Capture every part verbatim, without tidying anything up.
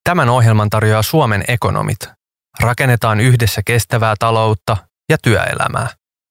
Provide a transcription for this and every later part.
Tämän ohjelman tarjoaa Suomen ekonomit. Rakennetaan yhdessä kestävää taloutta ja työelämää.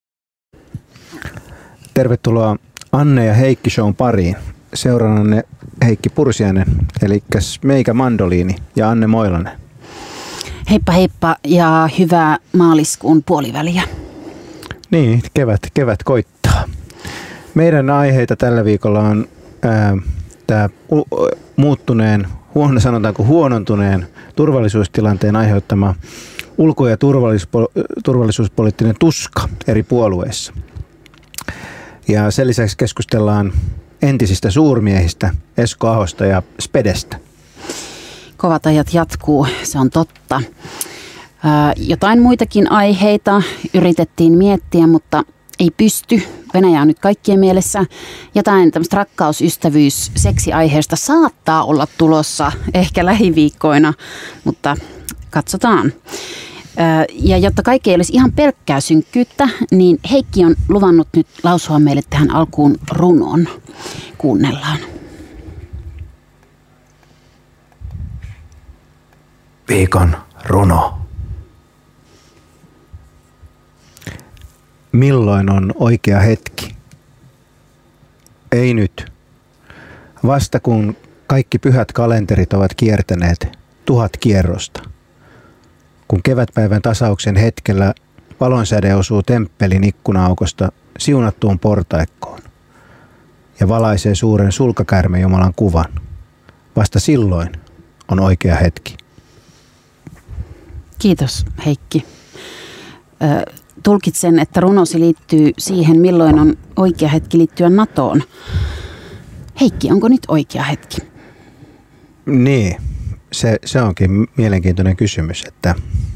Tervetuloa Anne ja Heikki shown pariin. Seurannanne Heikki Pursiainen, eli meikä Mandoliini ja Anne Moilanen. Heippa heippa ja hyvää maaliskuun puoliväliä. Niin, kevät, kevät koittaa. Meidän aiheita tällä viikolla on tämä muuttuneen, huono, sanotaanko huonontuneen turvallisuustilanteen aiheuttama ulko- ja turvallisuuspoliittinen tuska eri puolueissa. Ja sen lisäksi keskustellaan entisistä suurmiehistä, Esko Ahosta ja Spedestä. Kovat ajat jatkuu, se on totta. Ää, jotain muitakin aiheita yritettiin miettiä, mutta ei pysty. Venäjä on nyt kaikkien mielessä. Jotain tämmöistä rakkaus-, ystävyys-, seksiaiheesta saattaa olla tulossa ehkä lähiviikkoina, mutta katsotaan. Ja jotta kaikki ei olisi ihan pelkkää synkkyyttä, niin Heikki on luvannut nyt lausua meille tähän alkuun runon. Kuunnellaan. Viikon runo. Milloin on oikea hetki? Ei nyt. Vasta kun kaikki pyhät kalenterit ovat kiertäneet tuhat kierrosta. Kun kevätpäivän tasauksen hetkellä valonsäde osuu temppelin ikkuna-aukosta siunattuun portaikkoon ja valaisee suuren sulkakäärmejumalan kuvan. Vasta silloin on oikea hetki. Kiitos Heikki. Ö, tulkitsen, että runosi liittyy siihen, milloin on oikea hetki liittyä NATOon. Heikki, onko nyt oikea hetki? Niin, se, se onkin mielenkiintoinen kysymys, että,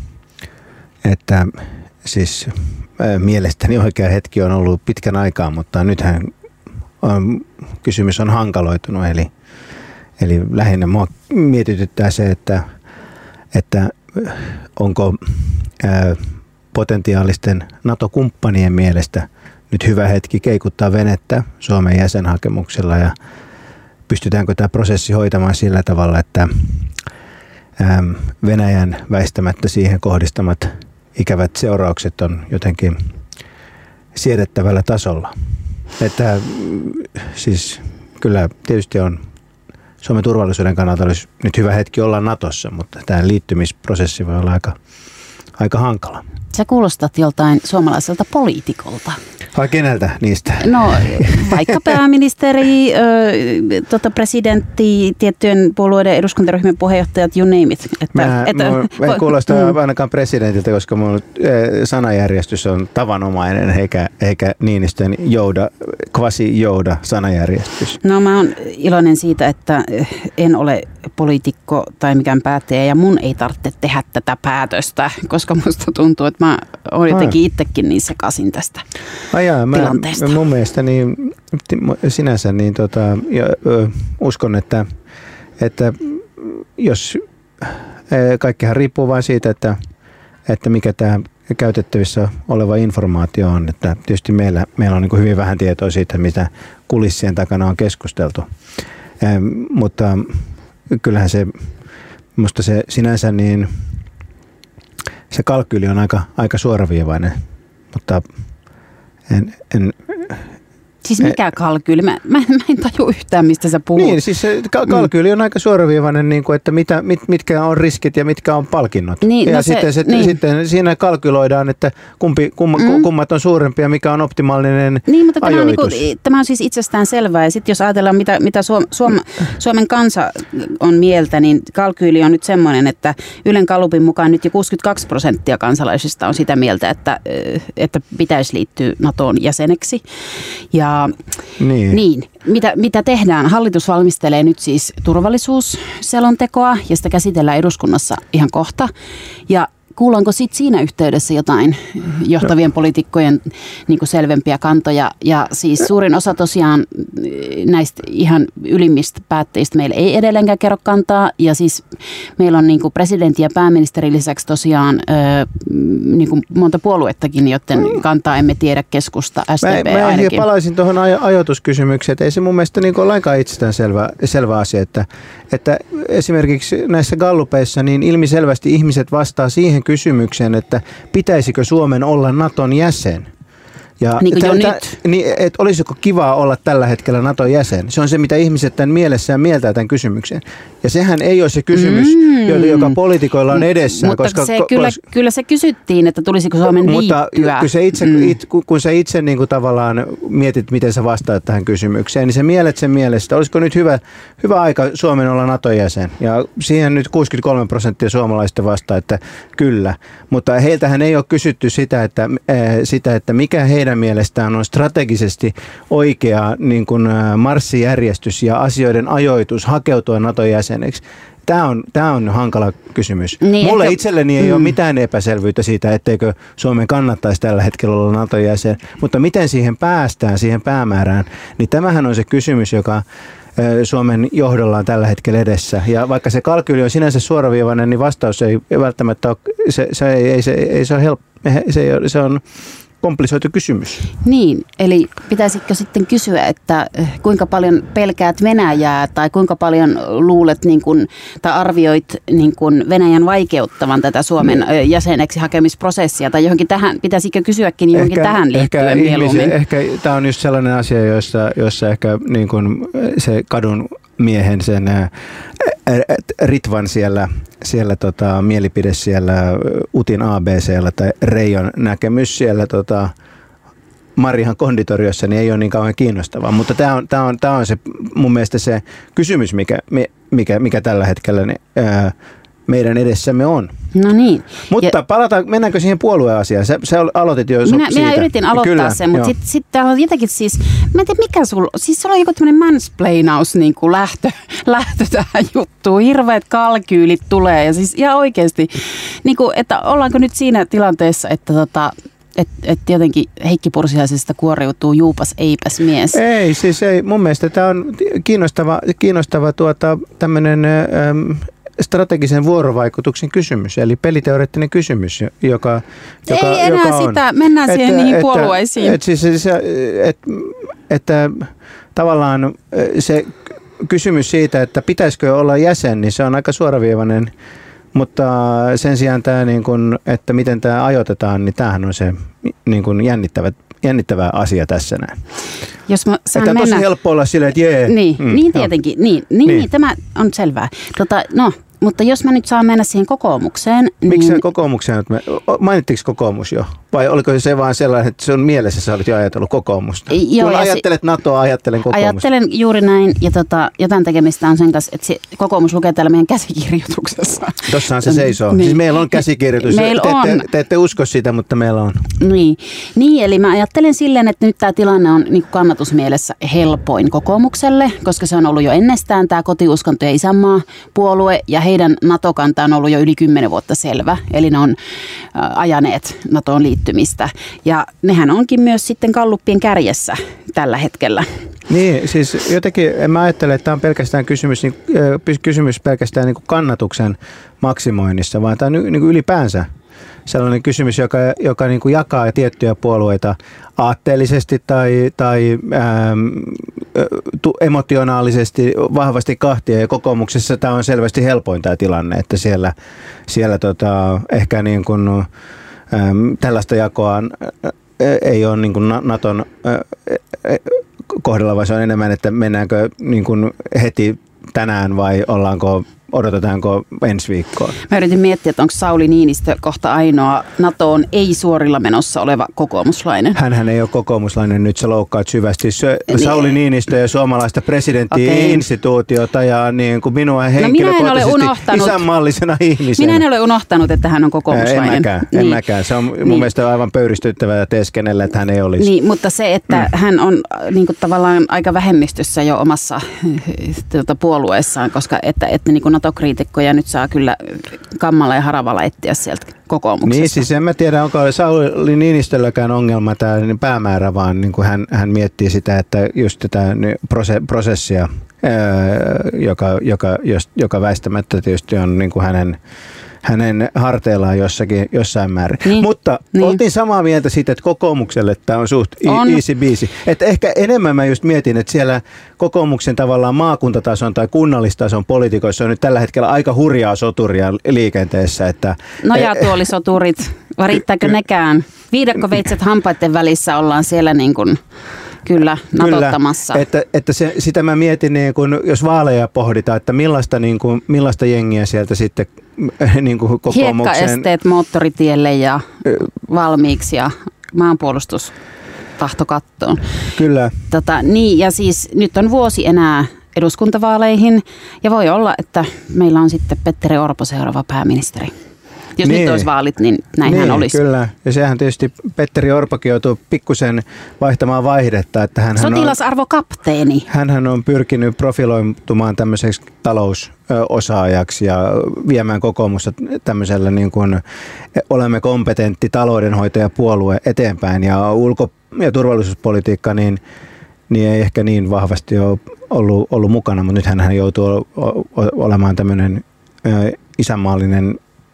että siis mielestäni oikea hetki on ollut pitkän aikaa, mutta nythän on, kysymys on hankaloitunut, eli, eli lähinnä mua mietityttää se, että, että onko ää, potentiaalisten NATO-kumppanien mielestä nyt hyvä hetki keikuttaa venettä Suomen jäsenhakemuksella ja pystytäänkö tämä prosessi hoitamaan sillä tavalla, että ää, Venäjän väistämättä siihen kohdistamat ikävät seuraukset on jotenkin siedettävällä tasolla. Että siis kyllä tietysti on Suomen turvallisuuden kannalta olisi nyt hyvä hetki olla NATOssa, mutta tämä liittymisprosessi voi olla aika, aika hankala. Sä kuulostat joltain suomalaiselta poliitikolta. Vai keneltä niistä? No vaikka pääministeri, ö, tota, presidentti, tiettyjen puolueiden eduskuntaryhmien puheenjohtajat, you name it. Että, mä, että, mä en kuulosta mm. ainakaan presidentiltä, koska mun sanajärjestys on tavanomainen, eikä, eikä Niinistön jouda, kvasi jouda sanajärjestys. No mä oon iloinen siitä, että en ole poliitikko tai mikään päättäjä ja mun ei tarvitse tehdä tätä päätöstä, koska musta tuntuu, että mä oon jotenkin itsekin niin sekaisin tästä. Ajaa, mä, tilanteesta. Mun mielestä niin, sinänsä niin tota, ja, ö, uskon, että, että jos kaikkihan riippuu vain siitä, että, että mikä tämä käytettävissä oleva informaatio on. Että tietysti meillä, meillä on niin kuin hyvin vähän tietoa siitä, mitä kulissien takana on keskusteltu. Ähm, mutta kyllähän se, musta se sinänsä niin, se kalkyyli on aika, aika suoraviivainen, mutta en, en, siis mikä kalkyyli? Mä, mä, mä en taju yhtään, mistä sä puhut. Niin, siis se kalkyyli on aika suoraviivainen, niin kuin, että mitä, mit, mitkä on riskit ja mitkä on palkinnot. Niin, ja no sitten, se, se, niin. sitten siinä kalkyloidaan, että kumpi, kum, mm. kummat on suurempia, mikä on optimaalinen niin, mutta tämä on, ajoitus. niin kuin, tämä on siis itsestään selvää. Ja sitten jos ajatellaan, mitä, mitä Suom, Suom, Suomen kansa on mieltä, niin kalkyyli on nyt semmoinen, että Ylen Gallupin mukaan nyt jo kuusikymmentäkaksi prosenttia kansalaisista on sitä mieltä, että, että pitäisi liittyä NATOon jäseneksi. Ja Niin. niin, mitä, mitä tehdään? Hallitus valmistelee nyt siis turvallisuusselontekoa ja sitä käsitellään eduskunnassa ihan kohta. Ja kuullaanko sit siinä yhteydessä jotain johtavien poliitikkojen niin kuin selvempiä kantoja? Ja siis suurin osa tosiaan näistä ihan ylimmistä päättäjistä meillä ei edelleenkään kerro kantaa. Ja siis meillä on niin kuin presidentin ja pääministerin lisäksi tosiaan ö, niin kuin monta puoluettakin, joten kantaa emme tiedä, keskusta, S D P mä, mä ainakin. Mä palaisin tuohon aj- ajoituskysymykseen, että ei se mun mielestä niin kuin lainkaan itsestään selvä, selvä asia, että, että esimerkiksi näissä gallupeissa niin ilmiselvästi ihmiset vastaa siihen kysymykseen, että pitäisikö Suomen olla Naton jäsen. Ja niin kuin jo tä, nyt. Niin, et olisiko kivaa olla tällä hetkellä Naton jäsen? Se on se, mitä ihmiset tämän mielessään mieltää tämän kysymyksen. Ja sehän ei ole se kysymys, mm. joka poliitikoilla on edessään. Mutta koska, se, kyllä, koska, kyllä se kysyttiin, että tulisiko Suomen mutta liittyä. Kun sä itse, mm. it, kun sä itse niin kuin tavallaan mietit, miten sä vastaat tähän kysymykseen, niin sä mielet sen mielestä, olisiko nyt hyvä, hyvä aika Suomen olla Naton jäsen? Ja siihen nyt kuusikymmentäkolme prosenttia suomalaisista vastaa, että kyllä. Mutta heiltähän ei ole kysytty sitä, että, äh, sitä, että mikä heidän mielestään on strategisesti oikea niin kuin marssijärjestys ja asioiden ajoitus hakeutua Naton jäseneksi. Tämä on, tämä on hankala kysymys. Niin, Mulle ehkä, itselleni ei mm. ole mitään epäselvyyttä siitä, etteikö Suomen kannattaisi tällä hetkellä olla Naton jäsen. Mutta miten siihen päästään, siihen päämäärään, niin tämähän on se kysymys, joka Suomen johdolla on tällä hetkellä edessä. Ja vaikka se kalkyyli on sinänsä suoraviivainen, niin vastaus ei välttämättä ole, se, se, ei, se, ei, se, on help, se, ei, se on komplisoitu kysymys. Niin, eli pitäisikö sitten kysyä, että kuinka paljon pelkäät Venäjää tai kuinka paljon luulet niin kuin, tai arvioit niin kuin Venäjän vaikeuttavan tätä Suomen niin. jäseneksi hakemisprosessia tai johonkin tähän, pitäisikö kysyäkin johonkin ehkä, tähän liittyen ehkä mieluummin? Ihmisiä, ehkä tämä on just sellainen asia, jossa, jossa ehkä niin kuin se kadun miehen sen ä, Ritvan siellä, siellä tota, mielipide siellä Utin A B C:llä tai Reijon näkemys siellä tota, Marihan konditoriossa, niin ei ole niin kauhean kiinnostavaa. Mutta tämä on, tämä on, tämä on se mun mielestä se kysymys, mikä, mikä, mikä tällä hetkellä niin, ää, meidän edessämme on. No niin. Mutta ja palataan, mennäänkö siihen puolueasiaan? Sä, sä aloitit jo minä, siitä. Minä yritin aloittaa Kyllä, sen, mutta sitten sit täällä on jotenkin siis, mä en tiedä mikä sulla, siis sulla on joku tämmöinen mansplainaus niin kuin lähtö, lähtö tähän juttuun. Hirveät kalkyylit tulee ja siis ihan oikeasti, niin kuin, että ollaanko nyt siinä tilanteessa, että tota, Että et jotenkin Heikki Pursiaisesta kuoriutuu juupas eipäs mies. Ei, siis ei. Mun mielestä tämä on kiinnostava, kiinnostava tuota, tämmöinen äm, strategisen vuorovaikutuksen kysymys, eli peliteoreettinen kysymys, joka, joka, ei enää joka on. Sitä, mennään siihen että, niihin että, puolueisiin. Että, siis, siis, että, että tavallaan se kysymys siitä, että pitäisikö olla jäsen, niin se on aika suoraviivainen. Mutta sen sijaan tämä, niin kun, että miten tämä ajoitetaan, niin tämähän on se niin kun jännittävä, jännittävä asia tässä näin. Jos mä saan että on mennä tosi helppo olla silleen, että jee. Niin, mm, niin tietenkin. Niin, niin, niin. niin, tämä on selvää. Tota, no, mutta jos mä nyt saan mennä siihen kokoomukseen. Miksi niin kokoomukseen? Mainittiinko kokoomus jo? Vai oliko se vaan sellainen, että sun mielessä sä olit jo ajatellut kokoomusta? Joo, kun ajattelet NATOa, ajattelen kokoomusta. Ajattelen juuri näin, ja tota, jotain tekemistä on sen kanssa, että se kokoomus lukee täällä meidän käsikirjoituksessa. Tossahan se seisoo. Niin. Siis meillä on käsikirjoitus. Meillä te, on. Te, te ette usko sitä, mutta meillä on. Niin. niin, eli mä ajattelen silleen, että nyt tämä tilanne on niin kannatusmielessä helpoin kokoomukselle, koska se on ollut jo ennestään tämä kotiuskonto ja isänmaa puolue, ja heidän NATO-kanta on ollut jo yli kymmenen vuotta selvä, eli ne on ajaneet NATOon liittymistä. Ja nehän onkin myös sitten galluppien kärjessä tällä hetkellä. Niin, siis jotenkin en mä ajattele, että tämä on pelkästään kysymys, niin, kysymys pelkästään niin kuin kannatuksen maksimoinnissa, vaan tämä on niin kuin ylipäänsä sellainen kysymys, joka, joka niin kuin jakaa tiettyjä puolueita aatteellisesti tai, tai ähm, emotionaalisesti vahvasti kahtia. Ja kokoomuksessa tämä on selvästi helpoin tämä tilanne, että siellä, siellä tota, ehkä niin kuin, ähm, tällaista jakoa äh, ei ole niin kuin Naton äh, kohdalla, vaan se on enemmän, että mennäänkö niin kuin heti tänään vai ollaanko odotetaanko ensi viikkoon? Mä yritin miettiä, että onko Sauli Niinistö kohta ainoa NATOon ei-suorilla menossa oleva kokoomuslainen. Hänhän ei ole kokoomuslainen, nyt sä loukkaat syvästi. Sauli niin. Niinistö ja suomalaista presidenttiinstituutiota ja niin kuin minua henkilökohtaisesti no isänmaallisena ihmisenä. Minä en ole unohtanut, että hän on kokoomuslainen. En mäkään, en niin. mäkään. Se on mun niin. mielestä aivan pöyristyttävää teeskennellä, että hän ei olisi. Niin, mutta se, että mm. hän on niin kuin tavallaan aika vähemmistössä jo omassa tuota, puolueessaan, koska että, että niin kuin NATO-kriitikkoja nyt saa kyllä kammalla ja haravalla etsiä sieltä kokoomuksessa. Niin, siis en mä tiedä, onko Sauli Niinistölläkään ongelma tämä päämäärä, vaan niin kuin hän, hän miettii sitä, että just tätä prosessia, joka, joka, joka väistämättä tietysti on niin kuin hänen hänen harteillaan jossakin, jossain määrin. Niin, Mutta niin. oltiin samaa mieltä siitä, että kokoomukselle tämä on suht on. easy biisi. Että ehkä enemmän mä just mietin, että siellä kokoomuksen tavallaan maakuntatason tai kunnallistason poliitikoissa on nyt tällä hetkellä aika hurjaa soturia liikenteessä. Että Nojatuolisoturit, riittääkö nekään? Viidakkoveitset hampaiden välissä ollaan siellä niin kuin kyllä natottamassa. Kyllä, että, että se, sitä mä mietin, niin kun, jos vaaleja pohditaan, että millaista, niin kun, millaista jengiä sieltä sitten niin kun kokoomuksen... Hiekkaesteet moottoritielle ja valmiiksi ja maanpuolustustahto kattoon. Kyllä. Tota, niin, ja siis nyt on vuosi enää eduskuntavaaleihin ja voi olla, että meillä on sitten Petteri Orpo seuraava pääministeri. Jos niin. nyt olisi vaalit, niin näinhän niin, olisi. Kyllä. Ja sehän tietysti Petteri Orpokin joutuu pikkusen vaihtamaan vaihdetta. Että hänhän sotilasarvokapteeni. Hänhän on pyrkinyt profiloitumaan tämmöiseksi talousosaajaksi ja viemään kokoomusta tämmöisellä niin kuin olemme kompetentti taloudenhoitajapuolue eteenpäin. Ja ulko- ja turvallisuuspolitiikka niin, niin ei ehkä niin vahvasti ole ollut, ollut mukana, mutta nythän hän joutuu olemaan tämmöinen isänmaallinen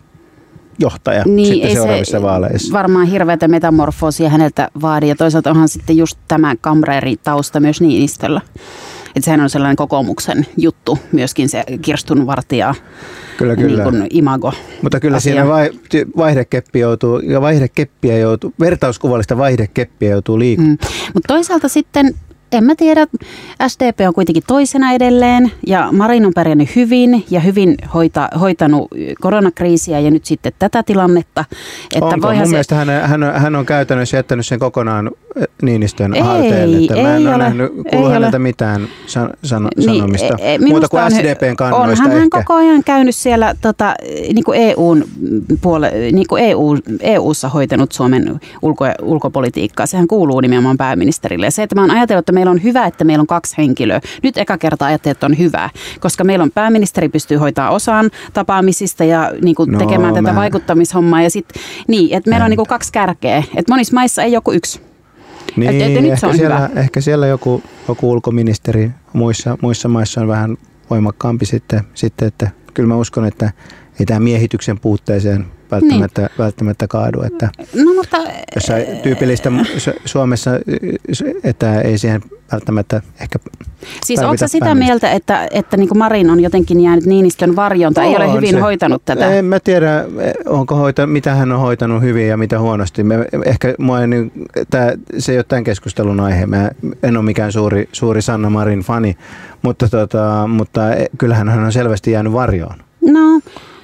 johtaja niin, sitten seuraavissa vaaleissa. Varmaan hirveätä metamorfoosia häneltä vaadi ja toisaalta onhan sitten just tämä kamreeritausta myös Niinistöllä. Että sehän on sellainen kokoomuksen juttu, myöskin se kirstunvartija kyllä, kyllä. Niin kuin imago. Mutta kyllä asia. Siinä vaihdekeppi joutuu, ja vaihdekeppiä joutuu, vertauskuvallista vaihdekeppiä joutuu liikkumaan. Mm. Mutta toisaalta sitten en mä tiedä, S D P on kuitenkin toisena edelleen ja Marin on pärjännyt hyvin ja hyvin hoita, hoitanut koronakriisiä ja nyt sitten tätä tilannetta. Että onko? Mun se... mielestä hän, hän, on, hän on käytännössä jättänyt sen kokonaan Niinistön ei, harteille. Että mä en ole nähnyt, kuullut häneltä mitään san, san, sanomista, niin, muuta kuin S D P:n kannoista onhan ehkä. Hän koko ajan käynyt siellä tota, niin kuin E U:n puole, niin kuin E U, E U:ssa hoitanut Suomen ulko, ulkopolitiikkaa. Sehän kuuluu nimenomaan pääministerille. Ja se, että mä oon ajatellut, että meillä on hyvä, että meillä on kaksi henkilöä. Nyt eka kerta ajattelin, että on hyvä, koska meillä on pääministeri pystyy hoitaa osan tapaamisista ja niin kuin no, tekemään tätä mä... vaikuttamishommaa. Ja sit, niin, että meillä on niin kuin kaksi kärkeä. Että monissa maissa ei joku yksi. Niin, et, et, et ehkä, siellä, ehkä siellä joku, joku ulkoministeri muissa, muissa maissa on vähän voimakkaampi sitten, sitten, että kyllä mä uskon, että ei tämä miehityksen puutteeseen välttämättä, niin. välttämättä kaadu. Että no, mutta jossain tyypillistä Suomessa, että ei siihen välttämättä ehkä siis oletko sä sitä mieltä, että, että niin kuin Marin on jotenkin jäänyt Niinistön varjoon tai ei ole hyvin se. hoitanut tätä? En mä tiedä, onko hoita, mitä hän on hoitanut hyvin ja mitä huonosti. Me, ehkä mua ei, tää, se ei ole tämän keskustelun aihe. Mä en ole mikään suuri, suuri Sanna Marin fani, mutta, tota, mutta kyllähän hän on selvästi jäänyt varjoon. No,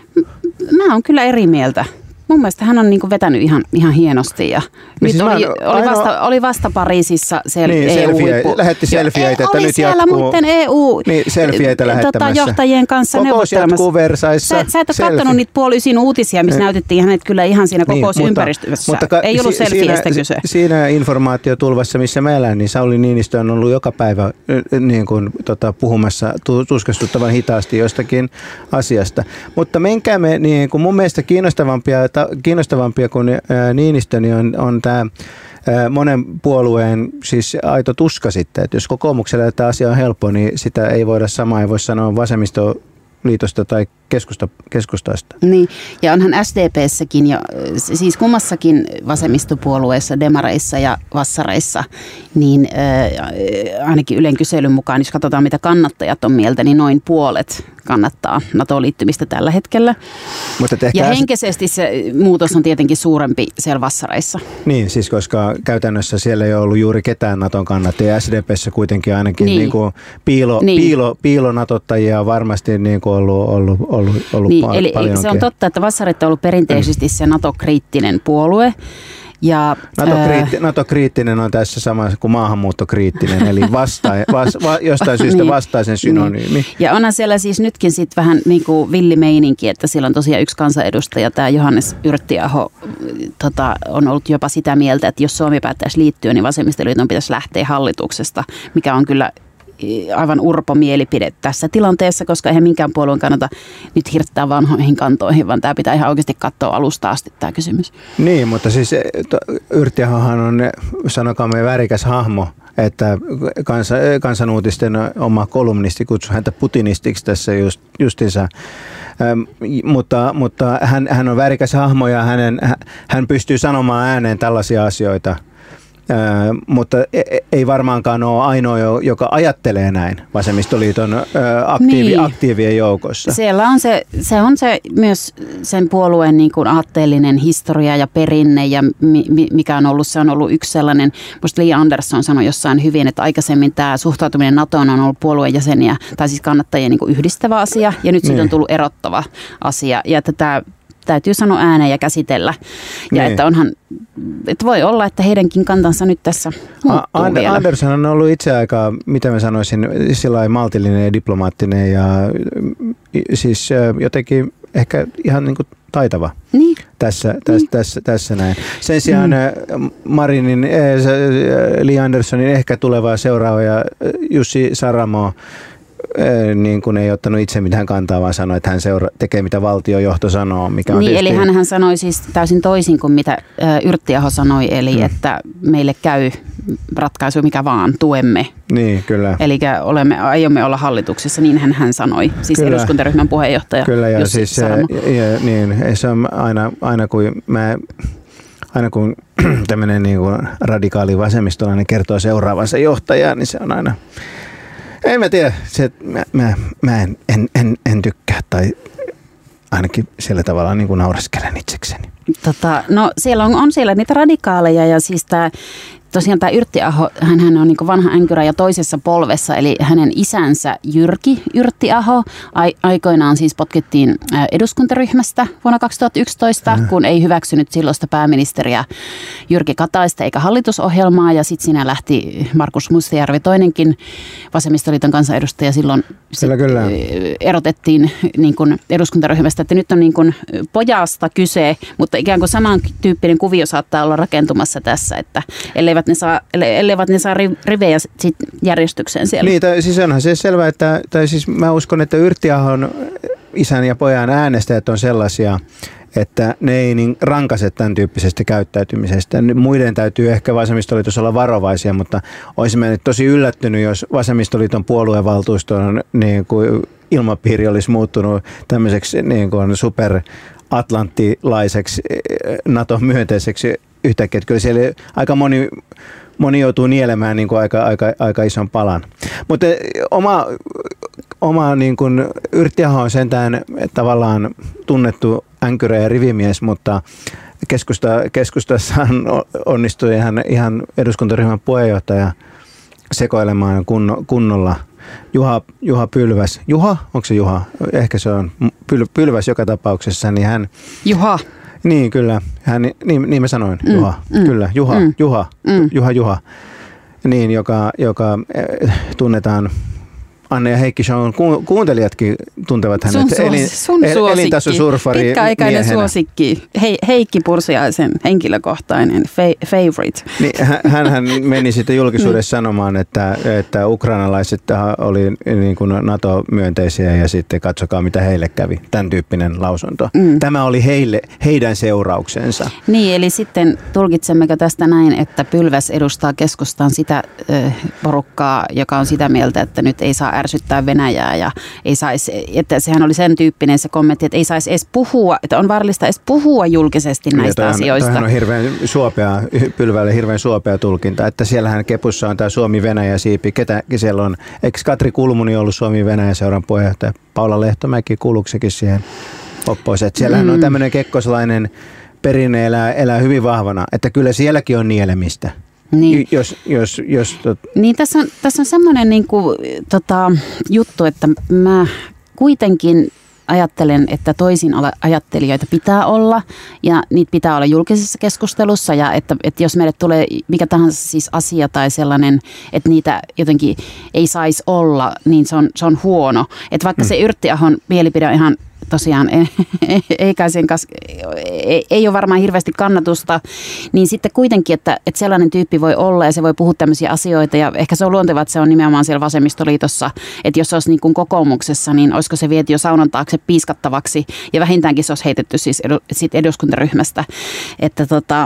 mä oon kyllä eri mieltä. Mun mielestä hän on niinku vetänyt ihan, ihan hienosti. Ja nyt siis oli, oli, vasta, oli vasta Pariisissa sel- niin, E U-huippu. Lähetti selfieitä, että oli nyt siellä jatkuu. muiden E U niin, selfieitä tota, johtajien kanssa kokous jatkuu Versaissa. Sä, sä et ole katsonut niitä puoli ysin uutisia, missä niin. näytettiin hänet kyllä ihan siinä kokousympäristössä. Niin, ei ollut si- selfieistä kyse. Siinä informaatiotulvassa, missä mä elän, niin Sauli Niinistö on ollut joka päivä niin kuin, tota, puhumassa tuskastuttavan hitaasti jostakin asiasta. Mutta menkäämme, niin kuin mun mielestä kiinnostavampia kiinnostavampia kuin Niinistö, niin on, on tämä monen puolueen siis aito tuska sitten, että jos kokoomukselle tämä asia on helppo, niin sitä ei voida samaa, ei voi sanoa vasemmistoliitosta tai keskusta, keskustasta. Niin, ja onhan S D P:ssäkin ja siis kummassakin vasemmistopuolueessa, demareissa ja vassareissa, niin äh, ainakin Ylen kyselyn mukaan, jos katsotaan mitä kannattajat on mieltä, niin noin puolet kannattaa NATO-liittymistä tällä hetkellä. Mutta ja henkisesti se muutos on tietenkin suurempi siellä vassareissa. Niin, siis koska käytännössä siellä ei ole ollut juuri ketään Naton kannattajia. S D P:ssä kuitenkin ainakin niin. Niin kuin piilo, niin. piilo, piilonatottajia on varmasti niin kuin ollut, ollut, ollut, ollut niin, pa- eli paljonkin. Se on totta, että vassarit on ollut perinteisesti se NATO-kriittinen puolue. Ja, NATO-kriitti, NATO-kriittinen on tässä sama kuin maahanmuuttokriittinen, eli vasta, vas, va, jostain syystä niin, vastaisen synonyymi. Niin. Ja onhan siellä siis nytkin sit vähän niin kuin villimeininki, että siellä on tosiaan yksi kansanedustaja, tämä Johannes Yrttiaho, tota, on ollut jopa sitä mieltä, että jos Suomi päättäisi liittyä, niin vasemmistoliiton pitäisi lähteä hallituksesta, mikä on kyllä aivan urpo mielipide tässä tilanteessa, koska eihän minkään puolueen kannata nyt hirttää vanhoihin kantoihin, vaan tämä pitää ihan oikeasti katsoa alusta asti tämä kysymys. Niin, mutta siis Yrttiahohan on, sanokaamme, värikäs hahmo, että kansa, Kansanuutisten oma kolumnisti kutsui häntä putinistiksi tässä just, justiinsa. Ähm, mutta mutta hän, hän on värikäs hahmo ja hänen, hän pystyy sanomaan ääneen tällaisia asioita. Äh, mutta ei varmaankaan ole ainoa, joka ajattelee näin Vasemmistoliiton äh, aktiivi, niin. aktiivien joukossa. Siellä on se, se on se myös sen puolueen niin kuin aatteellinen historia ja perinne ja mi, mikä on ollut, se on ollut yksi sellainen, musta Li Andersson sanoi jossain hyvin, että aikaisemmin tämä suhtautuminen NATOon on ollut puolueen jäseniä tai siis kannattajia niin kuin yhdistävä asia ja nyt niin. siitä on tullut erottava asia ja että tämä täytyy sanoa ääneen ja käsitellä. Ja niin. että onhan, että voi olla, että heidänkin kantansa nyt tässä muuttuu A- vielä. Andersson on ollut itse aika, mitä mä sanoisin, sillä maltillinen ja diplomaattinen ja siis jotenkin ehkä ihan niin kuin taitava niin. tässä, tässä, niin. tässä, tässä näin. Sen sijaan mm. Marinin, Li Anderssonin ehkä tuleva seuraava Jussi Saramo niin kuin ei ottanut itse mitään kantaa, vaan sanoi, että hän seura- tekee mitä valtiojohto sanoo. Mikä on niin, tietysti... eli hän sanoi siis täysin toisin kuin mitä Yrttiaho sanoi, eli hmm. että meille käy ratkaisu mikä vaan, tuemme. Niin, kyllä. Eli olemme, aiomme olla hallituksessa, niin hän, hän sanoi, siis kyllä. eduskuntaryhmän puheenjohtaja. Kyllä, ja Jussi siis ja, ja, niin, se on aina, aina kun mä... Aina kun tämmöinen niin kuin radikaali vasemmistolainen kertoo seuraavansa johtajaa, niin se on aina... En mä tiedä, se, mä, mä, mä en, en, en, en tykkää tai ainakin sillä tavalla niin kuin naureskelen itsekseni. Tota, no siellä on, on siellä niitä radikaaleja ja siis tämä tosiaan tämä Yrttiaho, hänhän on niin kuin vanha änkyrä ja toisessa polvessa, eli hänen isänsä Jyrki Yrttiaho ai, aikoinaan siis potkittiin eduskuntaryhmästä vuonna kaksituhattayksitoista, mm. kun ei hyväksynyt silloista pääministeriä Jyrki Kataista eikä hallitusohjelmaa, ja sitten siinä lähti Markus Mustajärvi, toinenkin vasemmistoliiton kansanedustaja, silloin kyllä, kyllä. erotettiin niin kuin eduskuntaryhmästä, että nyt on niin kuin pojasta kyse, mutta ikään kuin samantyyppinen kuvio saattaa olla rakentumassa tässä, että elleivät ne saa, elleivät ne saa rivejä sit järjestykseen siellä. Niin, tai siis onhan se selvä, että tai siis mä uskon, että Yrttiahon isän ja pojan äänestäjät on sellaisia, että ne ei niin rankase tämän tyyppisestä käyttäytymisestä. Muiden täytyy ehkä vasemmistoliitossa olla varovaisia, mutta olisimme nyt tosi yllättynyt, jos vasemmistoliiton puoluevaltuuston niin kuin ilmapiiri olisi muuttunut tämmöiseksi niin kuin superatlantilaiseksi NATO-myönteiseksi yhtäkkiä. Kyllä siellä aika moni, moni joutuu nielemään niin kuin aika, aika, aika ison palan. Mutta oma, oma niin kuin Yrttiaho on sentään tavallaan tunnettu änkyrä ja rivimies, mutta keskusta, keskustassa onnistui ihan, ihan eduskuntaryhmän puheenjohtaja sekoilemaan kunno, kunnolla. Juha, Juha Pylväs. Juha? Onko se Juha? Ehkä se on Pyl, Pylväs joka tapauksessa. Niin hän, Juha. Niin, kyllä. Hän, niin, niin mä sanoin. Mm, Juha. Mm, kyllä. Juha. Mm, Juha. Mm. Juha. Juha. Niin, joka, joka äh, tunnetaan... Anne ja Heikki Shown kuuntelijatkin tuntevat hänet sun elin, sun elintasosurfari pitkäaikainen miehenä. Suosikki. He, Heikki Pursiaisen henkilökohtainen fa- favorite. Niin, hänhän meni sitten julkisuudessa sanomaan, että, että ukrainalaiset oli niin kuin NATO-myönteisiä ja sitten katsokaa mitä heille kävi. Tämän tyyppinen lausunto. Mm. Tämä oli heille, heidän seurauksensa. Niin, eli sitten tulkitsemmeko tästä näin, että Pylväs edustaa keskustaan sitä äh, porukkaa, joka on sitä mieltä, että nyt ei saa ärsyttää Venäjää ja ei saisi, että sehän oli sen tyyppinen se kommentti, että ei saisi edes puhua, että on vaarallista edes puhua julkisesti näistä toihan, asioista. Toihan on hirveän suopea, Pylvälle hirveän suopea tulkinta, että siellähän Kepussa on tämä Suomi-Venäjä-siipi, ketä siellä on, eikö Katri Kulmuni ollut Suomi-Venäjä-seuran puheenjohtaja, Paula Lehtomäki, kuuluuko sekin siihen oppoiseen, että siellähän mm. on tämmöinen kekkoslainen perinne elää, elää hyvin vahvana, että kyllä sielläkin on nielemistä. Niin. Jos, jos, jos, tot... niin tässä on, tässä on semmoinen niin kuin, tota, juttu, että mä kuitenkin ajattelen, että toisin ajattelijoita pitää olla ja niitä pitää olla julkisessa keskustelussa ja että, että jos meille tulee mikä tahansa siis asia tai sellainen, että niitä jotenkin ei saisi olla, niin se on, se on huono. Että vaikka mm. se Yrttiahon mielipide on ihan tosiaan eikäisen kanssa ei, ei ole varmaan hirveästi kannatusta, niin sitten kuitenkin, että, että sellainen tyyppi voi olla ja se voi puhua tämmöisiä asioita ja ehkä se on luontevaa, että se on nimenomaan siellä vasemmistoliitossa, että jos se olisi niin kuin kokoomuksessa, niin olisiko se viety jo saunan taakse piiskattavaksi ja vähintäänkin se olisi heitetty siis edu, sit eduskuntaryhmästä, että tota...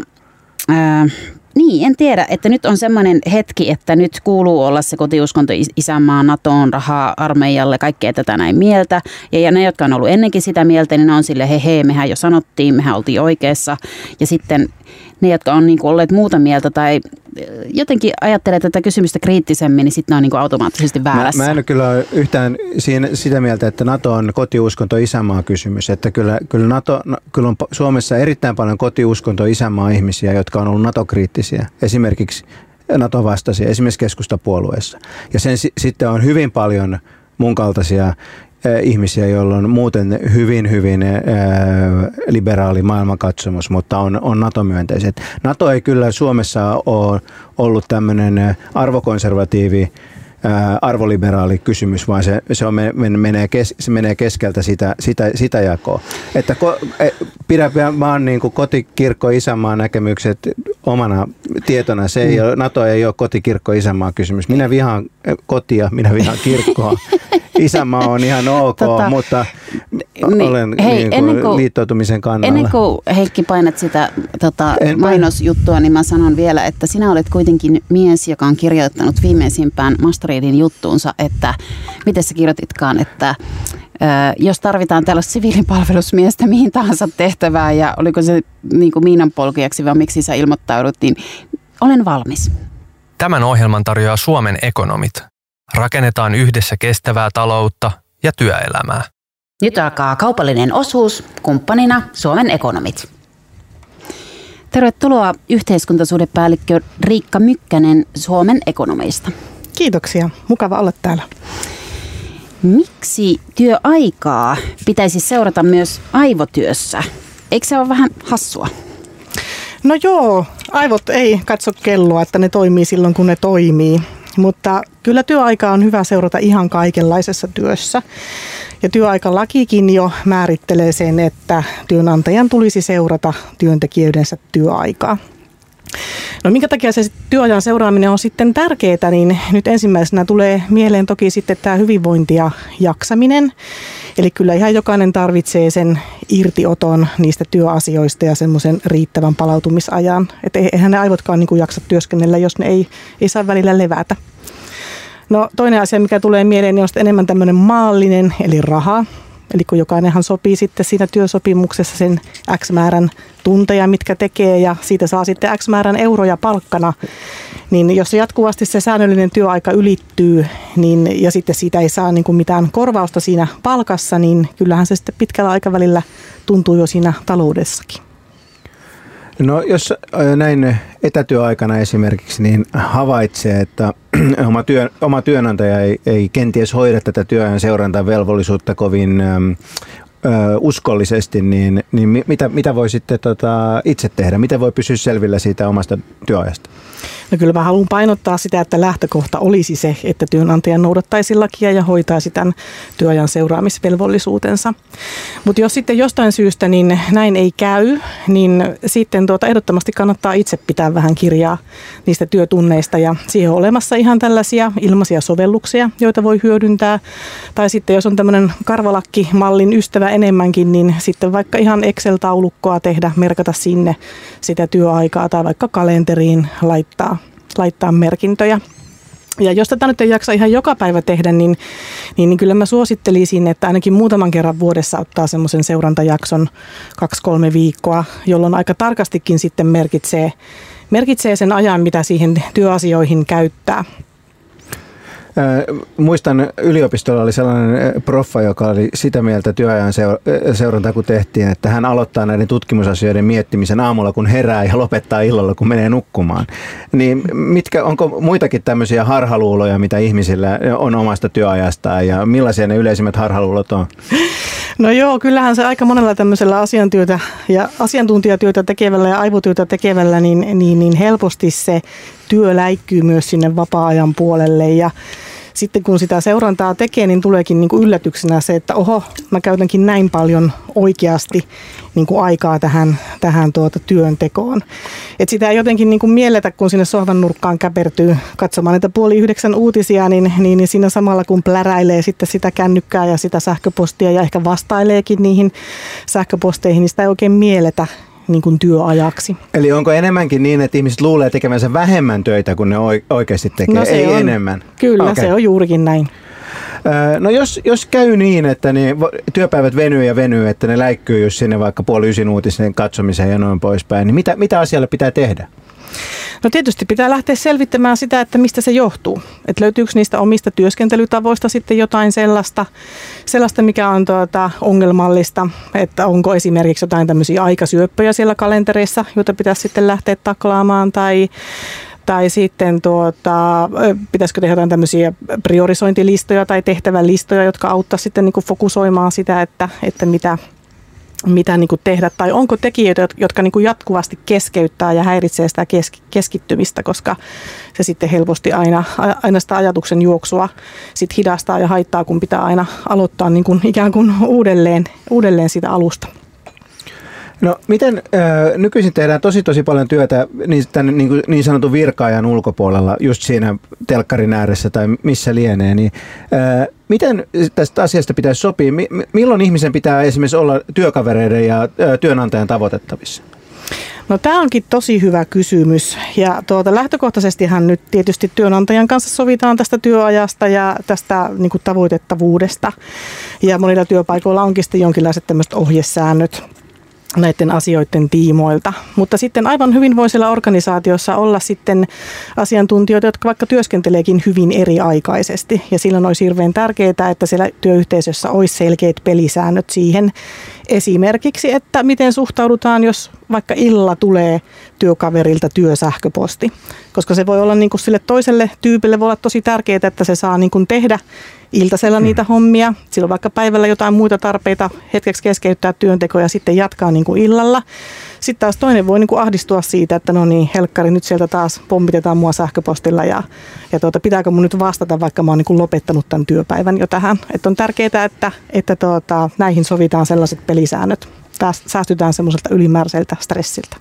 Ää, Niin, en tiedä, että nyt on semmoinen hetki, että nyt kuuluu olla se kotiuskonto isänmaa, NATOon, rahaa armeijalle, kaikkea tätä näin mieltä. Ja, ja ne, jotka on ollut ennenkin sitä mieltä, niin ne on silleen, he hei, mehän jo sanottiin, mehän oltiin oikeassa. Ja sitten ne, jotka on niin kuin olleet muuta mieltä tai jotenkin ajattelee tätä kysymystä kriittisemmin, niin sitten ne on niin kuin automaattisesti väärässä. Mä, mä en ole kyllä yhtään siinä, sitä mieltä, että NATO on kotiuskonto isänmaa kysymys. Että kyllä, kyllä, NATO, kyllä on Suomessa erittäin paljon kotiuskonto isänmaa ihmisiä, jotka on ollut NATO-kriittisiä. Esimerkiksi NATO-vastaisia, esimerkiksi keskustapuolueessa. Ja sen sitten on hyvin paljon mun kaltaisia ihmisiä, joilla on muuten hyvin, hyvin ää, liberaali maailmankatsomus, mutta on, on NATO-myönteiset. NATO ei kyllä Suomessa ole ollut tämmöinen arvokonservatiivi, ää, arvoliberaali kysymys, vaan se, se, on, menee, kes, se menee keskeltä sitä, sitä, sitä jakoa. Että ko, pidä vaan niin kuin kotikirkko isänmaan näkemykset omana tietona. Se ei ole, NATO ei ole kotikirkko isänmaan kysymys. Minä vihaan kotia, minä vihaan kirkkoa. Isänmaa on ihan ok, tota, mutta niin, olen hei, niin kuin kuin, liittoutumisen kannalla. Ennen kuin Heikki painat sitä tota, mainosjuttua, niin mä sanon vielä, että sinä olet kuitenkin mies, joka on kirjoittanut viimeisimpään Mastoriidin juttuunsa, että miten sä kirjoititkaan, että ö, jos tarvitaan tällaista siviilipalvelusmiestä mihin tahansa tehtävään ja oliko se niin kuin miinanpolkijaksi vai miksi sä ilmoittaudut, niin olen valmis. Tämän ohjelman tarjoaa Suomen ekonomit. Rakennetaan yhdessä kestävää taloutta ja työelämää. Nyt alkaa kaupallinen osuus, kumppanina Suomen ekonomit. Tervetuloa yhteiskuntasuhdepäällikkö Riikka Mykkänen Suomen ekonomista. Kiitoksia, mukava olla täällä. Miksi työaikaa pitäisi seurata myös aivotyössä? Eikö se ole vähän hassua? No joo, aivot ei katso kelloa, että ne toimii silloin kun ne toimii. Mutta kyllä työaikaa on hyvä seurata ihan kaikenlaisessa työssä. Ja työaikalakikin jo määrittelee sen, että työnantajan tulisi seurata työntekijöidensä työaikaa. No minkä takia se työajan seuraaminen on sitten tärkeää, niin nyt ensimmäisenä tulee mieleen toki sitten tämä hyvinvointi ja jaksaminen. Eli kyllä ihan jokainen tarvitsee sen irtioton niistä työasioista ja semmoisen riittävän palautumisajan. Että eihän ne aivotkaan niin kuin jaksa työskennellä, jos ne ei, ei saa välillä levätä. No toinen asia, mikä tulee mieleen, niin on sitten enemmän tämmöinen maallinen, eli raha. Eli kun jokainenhan sopii sitten siinä työsopimuksessa sen X määrän tunteja, mitkä tekee ja siitä saa sitten X määrän euroja palkkana, niin jos jatkuvasti se säännöllinen työaika ylittyy niin, ja sitten siitä ei saa niin kuin mitään korvausta siinä palkassa, niin kyllähän se sitten pitkällä aikavälillä tuntuu jo siinä taloudessakin. No jos näin etätyöaikana esimerkiksi niin havaitsee, että oma, työ, oma työnantaja ei, ei kenties hoida tätä työajan seurantavelvollisuutta kovin äm, ö, uskollisesti, niin, niin mitä, mitä voi sitten tota, itse tehdä? Miten voi pysyä selvillä siitä omasta työajasta? No kyllä mä haluan painottaa sitä, että lähtökohta olisi se, että työnantaja noudattaisi lakia ja hoitaisi tämän työajan seuraamisvelvollisuutensa. Mutta jos sitten jostain syystä niin näin ei käy, niin sitten tuota ehdottomasti kannattaa itse pitää vähän kirjaa niistä työtunneista. Ja siihen on olemassa ihan tällaisia ilmaisia sovelluksia, joita voi hyödyntää. Tai sitten jos on tämmöinen karvalakki-mallin ystävä enemmänkin, niin sitten vaikka ihan Excel-taulukkoa tehdä, merkata sinne sitä työaikaa tai vaikka kalenteriin laittaa. laittaa merkintöjä. Ja jos tätä nyt ei jaksa ihan joka päivä tehdä, niin, niin, niin kyllä mä suosittelisin, että ainakin muutaman kerran vuodessa ottaa semmoisen seurantajakson kaksi kolme viikkoa, jolloin aika tarkastikin sitten merkitsee, merkitsee sen ajan, mitä siihen työasioihin käyttää. Muistan, yliopistolla oli sellainen proffa, joka oli sitä mieltä työajan seurantaa, kun tehtiin, että hän aloittaa näiden tutkimusasioiden miettimisen aamulla, kun herää ja lopettaa illalla, kun menee nukkumaan. Niin mitkä, onko muitakin tämmöisiä harhaluuloja, mitä ihmisillä on omasta työajastaan ja millaisia ne yleisimmät harhaluulot on? No joo, kyllähän se aika monella tämmöisellä asiantyötä ja asiantuntijatyötä tekevällä ja aivotyötä tekevällä, niin, niin, niin helposti se työ läikkyy myös sinne vapaa-ajan puolelle ja sitten kun sitä seurantaa tekee, niin tuleekin niin kuin yllätyksenä se, että oho, mä käytänkin näin paljon oikeasti niin kuin aikaa tähän, tähän tuota työntekoon. Et sitä ei jotenkin niin kuin mielletä, kun sinne sohvan nurkkaan käpertyy katsomaan niitä puoli yhdeksän uutisia, niin, niin, niin siinä samalla kun pläräilee sitten sitä kännykkää ja sitä sähköpostia ja ehkä vastaileekin niihin sähköposteihin, niin sitä ei oikein mielletä niin kuin työajaksi. Eli onko enemmänkin niin, että ihmiset luulee tekevänsä vähemmän töitä, kun ne oikeasti tekee, no ei on, enemmän? Kyllä, okay. Se on juurikin näin. No jos, jos käy niin, että niin työpäivät venyy ja venyy, että ne läikkyy just sinne vaikka puoli ysin uutisen katsomiseen ja noin poispäin, niin mitä, mitä asialle pitää tehdä? No tietysti pitää lähteä selvittämään sitä, että mistä se johtuu. Että löytyykö niistä omista työskentelytavoista sitten jotain sellaista, sellaista mikä on tuota ongelmallista. Että onko esimerkiksi jotain tämmöisiä aikasyöppöjä siellä kalentereissa, joita pitäisi sitten lähteä taklaamaan tai... Tai sitten tuota, pitäisikö tehdä jotain tämmöisiä priorisointilistoja tai tehtävälistoja, jotka auttaa sitten niin kuin fokusoimaan sitä, että, että mitä, mitä niin kuin tehdä. Tai onko tekijöitä, jotka niin kuin jatkuvasti keskeyttää ja häiritsee sitä keskittymistä, koska se sitten helposti aina, aina sitä ajatuksen juoksua sit hidastaa ja haittaa, kun pitää aina aloittaa niin kuin ikään kuin uudelleen, uudelleen siitä alusta. No miten äh, nykyisin tehdään tosi tosi paljon työtä niin, tämän, niin, kuin, niin sanotun virka-ajan ulkopuolella, just siinä telkkarin ääressä tai missä lienee, niin äh, miten tästä asiasta pitäisi sopia? Mi- milloin ihmisen pitää esimerkiksi olla työkavereiden ja äh, työnantajan tavoitettavissa? No tämä onkin tosi hyvä kysymys ja tuota, lähtökohtaisestihan nyt tietysti työnantajan kanssa sovitaan tästä työajasta ja tästä niin kuin tavoitettavuudesta ja monilla työpaikoilla onkin sitten jonkinlaiset tämmöiset ohjesäännöt näiden asioiden tiimoilta. Mutta sitten aivan hyvin voi siellä organisaatiossa olla sitten asiantuntijoita, jotka vaikka työskenteleekin hyvin eriaikaisesti. Ja silloin olisi hirveän tärkeää, että siellä työyhteisössä olisi selkeät pelisäännöt siihen. Esimerkiksi, että miten suhtaudutaan, jos vaikka illalla tulee työkaverilta työsähköposti. Koska se voi olla niin kuin sille toiselle tyypille voi olla tosi tärkeää, että se saa niin kuin tehdä iltasella niitä hommia. Silloin vaikka päivällä jotain muita tarpeita hetkeksi keskeyttää työntekoja ja sitten jatkaa niin kuin illalla. Sitten taas toinen voi niin kuin ahdistua siitä, että no niin, helkkari, nyt sieltä taas pommitetaan mua sähköpostilla ja, ja tuota, pitääkö mun nyt vastata, vaikka mä oon niin kuin lopettanut tämän työpäivän jo tähän. Että on tärkeää, että, että tuota, näihin sovitaan sellaiset pelisäännöt. Tästä säästytään semmoiselta ylimääräiseltä stressiltä.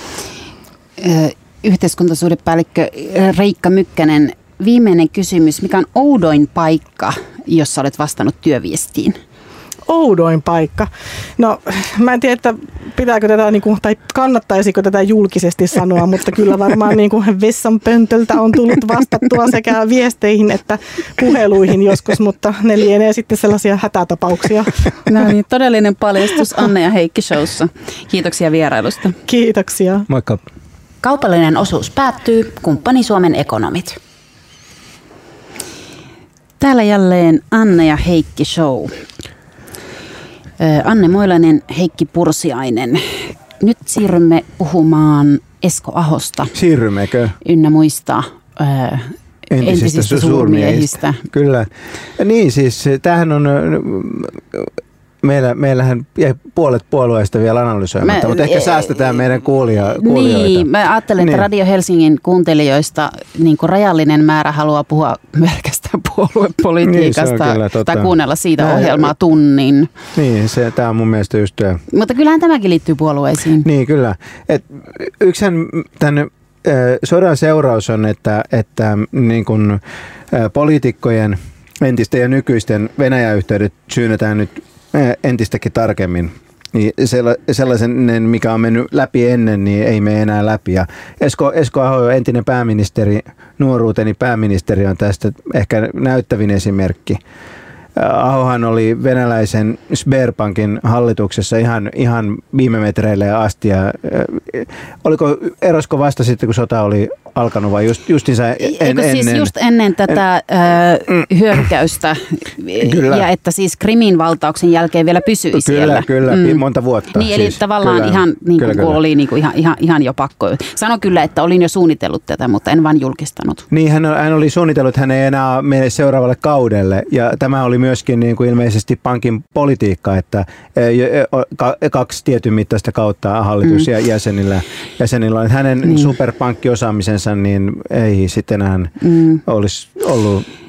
Yhteiskuntasuhdepäällikkö Riikka Mykkänen, viimeinen kysymys. Mikä on oudoin paikka, jossa olet vastannut työviestiin? Oudoin paikka. No mä en tiedä, että pitääkö tätä, niin kuin, tai kannattaisiko tätä julkisesti sanoa, mutta kyllä varmaan niin kuin vessanpöntöltä on tullut vastattua sekä viesteihin että puheluihin joskus, mutta ne lienee sitten sellaisia hätätapauksia. No niin, todellinen paljastus Anne ja Heikki Showssa. Kiitoksia vierailusta. Kiitoksia. Moikka. Kaupallinen osuus päättyy. Kumppani Suomen ekonomit. Täällä jälleen Anne ja Heikki Show. Anne Moilainen, Heikki Pursiainen. Nyt siirrymme puhumaan Esko Ahosta. Siirrymmekö? Ynnä muista äh, entisistä, entisistä suurmiehistä. Kyllä. Ja niin siis, tämähän on... Meillä, meillähän jäi puolet puolueista vielä analysoimatta, mä, mutta ehkä säästetään meidän kuulija, kuulijoita. Niin, mä ajattelen, että niin. Radio Helsingin kuuntelijoista niin kuin rajallinen määrä haluaa puhua pelkästään puoluepolitiikasta niin, tai kuunnella siitä Näin. ohjelmaa tunnin. Niin, se, tämä on mun mielestä just työ. Mutta kyllähän tämäkin liittyy puolueisiin. Niin, kyllä. Et, yksihän tämän sodan seuraus on, että, että niin kuin, poliitikkojen entisten ja nykyisten Venäjä-yhteydet syynetään nyt entistäkin tarkemmin. Niin sellaisen, mikä on mennyt läpi ennen, niin ei mene enää läpi. Ja Esko, Esko Aho, entinen pääministeri, nuoruuteni pääministeri, on tästä ehkä näyttävin esimerkki. Ahohan oli venäläisen Sberbankin hallituksessa ihan, ihan viime metreille asti. Ja, oliko, erosko vasta sitten, kun sota oli alkanut vai just, justiinsa en, Eikö siis ennen? just ennen tätä äh, hyökkäystä kyllä. Ja että siis Krimin valtauksen jälkeen vielä pysyi kyllä, siellä. Kyllä, kyllä, mm. monta vuotta. Niin, eli siis, tavallaan kyllä, ihan, niin kuin, kyllä, kun oli niin kuin ihan, ihan, ihan jo pakko. Sano kyllä, että olin jo suunnitellut tätä, mutta en vaan julkistanut. Niin, hän, hän oli suunnitellut, että hän ei enää mene seuraavalle kaudelle. Ja tämä oli myöskin niin kuin ilmeisesti pankin politiikka, että kaksi tietyn mittaista kautta hallitus mm. ja jäsenillä, jäsenillä. Hänen niin. superpankkiosaamisensa niin ei sitten enää mm. olisi ollut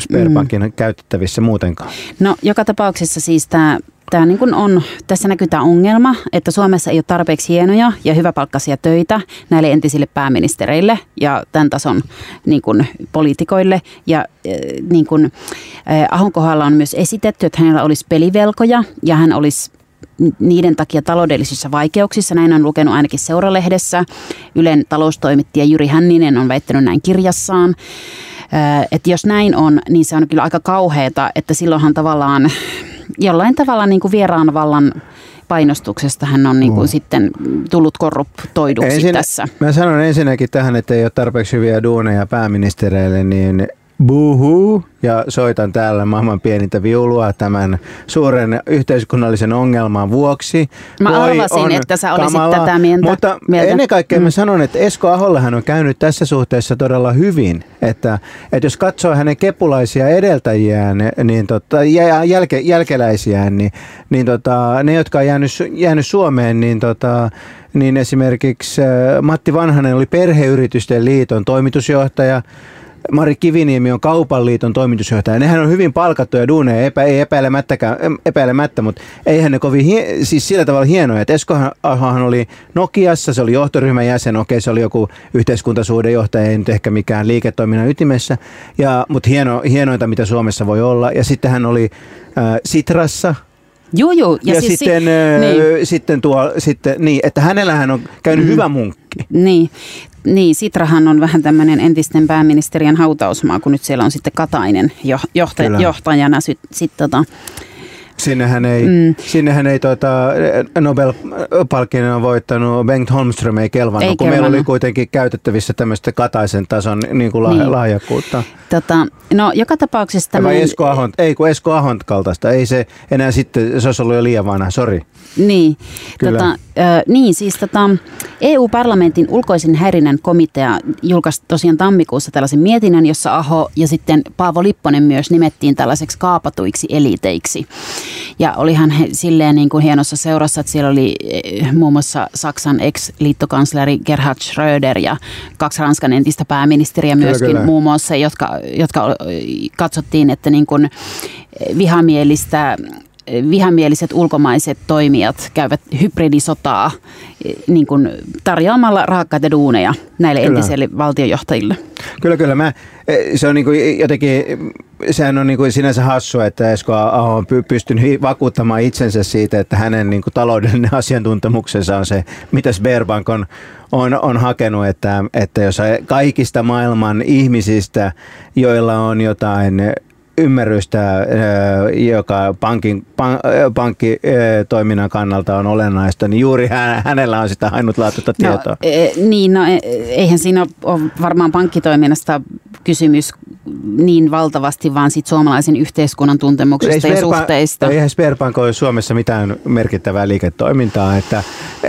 Sberbankin mm. käytettävissä muutenkaan. No joka tapauksessa siis tämä Tämä niin kuin on, tässä näkyy tämä ongelma, että Suomessa ei ole tarpeeksi hienoja ja hyväpalkkaisia töitä näille entisille pääministereille ja tämän tason niin kuin poliitikoille. Ja niin kuin Ahon kohdalla on myös esitetty, että hänellä olisi pelivelkoja ja hän olisi niiden takia taloudellisissa vaikeuksissa. Näin on lukenut ainakin Seuralehdessä. Ylen taloustoimittaja Jyri Hänninen on väittänyt näin kirjassaan. Että jos näin on, niin se on kyllä aika kauheata, että silloinhan tavallaan jollain tavalla niin kuin vieraan vallan painostuksesta hän on niin kuin mm. sitten tullut korruptoiduksi Ensin, tässä. Mä sanon ensinnäkin tähän, että ei ole tarpeeksi hyviä duuneja pääministereille, niin buhuu, ja soitan täällä maailman pienintä viulua tämän suuren yhteiskunnallisen ongelman vuoksi. Mä Voi arvasin, että sä olisit kamala, tätä mieltä. Mutta mieltä. ennen kaikkea mm. mä sanon, että Esko Ahollahan on käynyt tässä suhteessa todella hyvin. Että, että jos katsoo hänen kepulaisia edeltäjiään, niin tota, jälke, jälkeläisiään, niin, niin tota, ne, jotka on jäänyt, jäänyt Suomeen, niin tota, niin esimerkiksi Matti Vanhanen oli Perheyritysten liiton toimitusjohtaja, Mari Kiviniemi on Kaupan liiton toimitusjohtaja. Nehän on hyvin palkattuja duuneja, epä, ei epäilemättäkään, epäilemättä, mutta eihän ne kovin hie, siis sillä tavalla hienoja. Et Esko Ahohan oli Nokiassa, se oli johtoryhmän jäsen, okei se oli joku yhteiskuntasuhdejohtaja, ei nyt ehkä mikään liiketoiminnan ytimessä, ja, mutta hieno, hienointa mitä Suomessa voi olla. Ja sitten hän oli äh, Sitrassa. Joo, joo. Ja, ja siis sitten, si- niin. sitten tuo, sitten, niin, että hänellähän on käynyt mm. hyvä munkki. Niin. Niin, Sitrahan on vähän tämmöinen entisten pääministerien hautausmaa, kun nyt siellä on sitten Katainen johtaj- johtajana. Sit, sit, tota. Sinnehän ei, mm. sinnehän ei tota, Nobel-palkinnon voittanut Bengt Holmström ei kelvannut, ei kun kelvannut. Meillä oli kuitenkin käytettävissä tämmöistä Kataisen tason niin kuin niin. lahjakkuutta. Tota, no joka tapauksessa tämmöinen... Esko Ahon, ei kun Esko Ahon kaltaista, ei se enää sitten, se olisi ollut jo liian vanha, sori. Niin, tota, äh, niin siis tota, E U-parlamentin ulkoisen häirinnän komitea julkaisi tosiaan tammikuussa tällaisen mietinnön, jossa Aho ja sitten Paavo Lipponen myös nimettiin tällaiseksi kaapatuiksi eliteiksi. Ja olihan he silleen niin kuin hienossa seurassa, että siellä oli muun muassa Saksan ex-liittokansleri Gerhard Schröder ja kaksi Ranskan entistä pääministeriä myöskin kyllä, kyllä. muun muassa, jotka, jotka katsottiin, että niin kuin vihamielistä vihamieliset ulkomaiset toimijat käyvät hybridisotaa niin kuin tarjoamalla rahakkaita duuneja näille kyllä. entisille valtiojohtajille. Kyllä, kyllä. Mä, se on niin kuin jotenkin, sehän on niin kuin sinänsä hassua, että Esko Aho on pystynyt vakuuttamaan itsensä siitä, että hänen niin kuin taloudellinen asiantuntemuksensa on se, mitä Sberbank on, on, on hakenut, että, että jos kaikista maailman ihmisistä, joilla on jotain ymmärrystä, joka pankin, pan, pankkitoiminnan kannalta on olennaista, niin juuri hänellä on sitä ainutlaatuista tietoa. No, e, niin, no eihän siinä ole varmaan pankkitoiminnasta kysymys niin valtavasti, vaan sit suomalaisen yhteiskunnan tuntemuksesta ja suhteista. Eihän Sberbank ole Suomessa mitään merkittävää liiketoimintaa. Että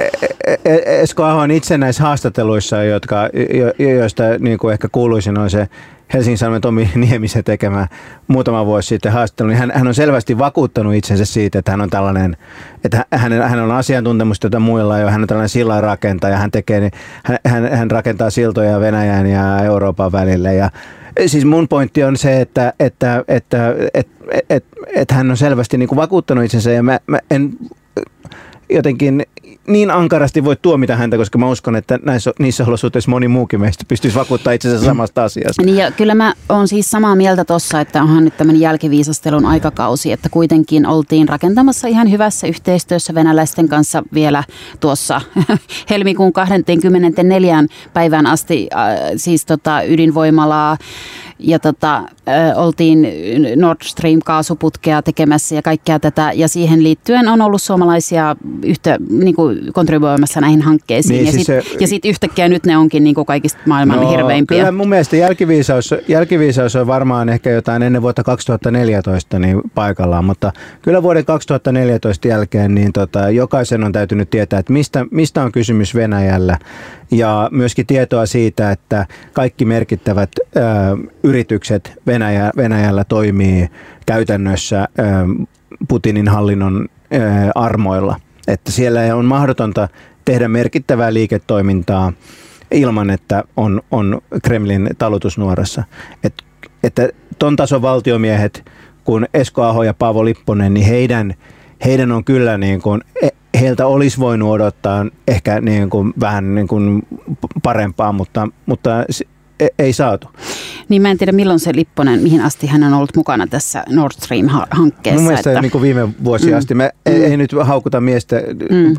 Esko Ahon itse näissä haastatteluissa, jotka, jo, joista niin kuin ehkä kuuluisin on se Helsingin Sanomen Tomi Niemisen tekemä muutama vuosi sitten haastattelu, niin hän, hän on selvästi vakuuttanut itsensä siitä, että hän on tällainen, että hän, hän on asiantuntemusta, jota muilla ei ole, hän on tällainen sillanrakentaja, hän tekee, hän, hän, hän rakentaa siltoja Venäjän ja Euroopan välille. Ja siis mun pointti on se, että, että, että, että, että, että, että hän on selvästi niin kuin vakuuttanut itsensä ja mä, mä en jotenkin niin ankarasti voi tuomita häntä, koska mä uskon, että näissä, niissä olosuhteissa moni muukin meistä pystyisi vakuuttamaan itsensä samasta asiasta. Niin ja kyllä mä oon siis samaa mieltä tossa, että onhan nyt tämmöinen jälkiviisastelun aikakausi, että kuitenkin oltiin rakentamassa ihan hyvässä yhteistyössä venäläisten kanssa vielä tuossa helmikuun kaksikymmentäneljä päivään asti äh, siis tota ydinvoimalaa ja tota, äh, oltiin Nord Stream-kaasuputkea tekemässä ja kaikkea tätä ja siihen liittyen on ollut suomalaisia yhtä niin kuin kontribuoimassa näihin hankkeisiin niin, ja siis sitten sit yhtäkkiä nyt ne onkin niin kuin kaikista maailman no, hirveimpiä. Kyllä mun mielestä jälkiviisaus, jälkiviisaus on varmaan ehkä jotain ennen vuotta kaksituhattaneljätoista niin paikallaan, mutta kyllä vuoden kaksituhattaneljätoista jälkeen niin tota, jokaisen on täytynyt tietää, että mistä, mistä on kysymys Venäjällä ja myöskin tietoa siitä, että kaikki merkittävät ö, yritykset Venäjä, Venäjällä toimii käytännössä ö, Putinin hallinnon ö, armoilla. Että siellä on mahdotonta tehdä merkittävää liiketoimintaa ilman, että on, on Kremlin talutusnuorassa. Et, että ton tason valtiomiehet kuin Esko Aho ja Paavo Lipponen, niin heidän, heidän on kyllä niin kuin, heiltä olisi voinut odottaa ehkä niin kuin, vähän niin kuin parempaa, mutta, mutta ei saatu. Niin mä en tiedä milloin se Lipponen, mihin asti hän on ollut mukana tässä Nord Stream-hankkeessa. Mun mielestä että... niin kuin viime vuosi mm. asti. Mä mm. ei nyt haukuta miestä. Mm.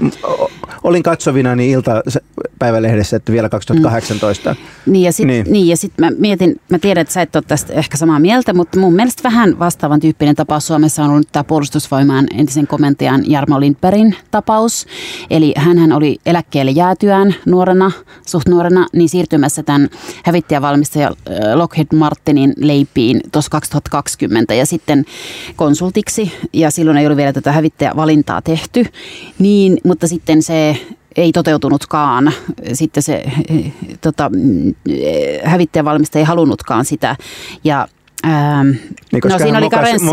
Olin katsovinani iltapäivälehdessä, että vielä kaksituhattakahdeksantoista. Mm. Niin ja sitten niin. niin, sit mä mietin, mä tiedän, että sä et ole tästä ehkä samaa mieltä, mutta mun mielestä vähän vastaavan tyyppinen tapaus Suomessa on ollut tämä puolustusvoimaan entisen komentajan Jarmo Lindbergin tapaus. Eli hänhän oli eläkkeelle jäätyään nuorena, suht nuorena, niin siirtymässä tämän hävittäjävalmistaja Lockheed Martinin leipiin tuossa kaksituhattakaksikymmentä ja sitten konsultiksi, ja silloin ei ollut vielä tätä hävittäjävalintaa tehty, niin, mutta sitten se ei toteutunutkaan. Sitten se tota, hävittäjävalmistaja ei halunnutkaan sitä, ja Ähm, niin, no siinä oli karenssi,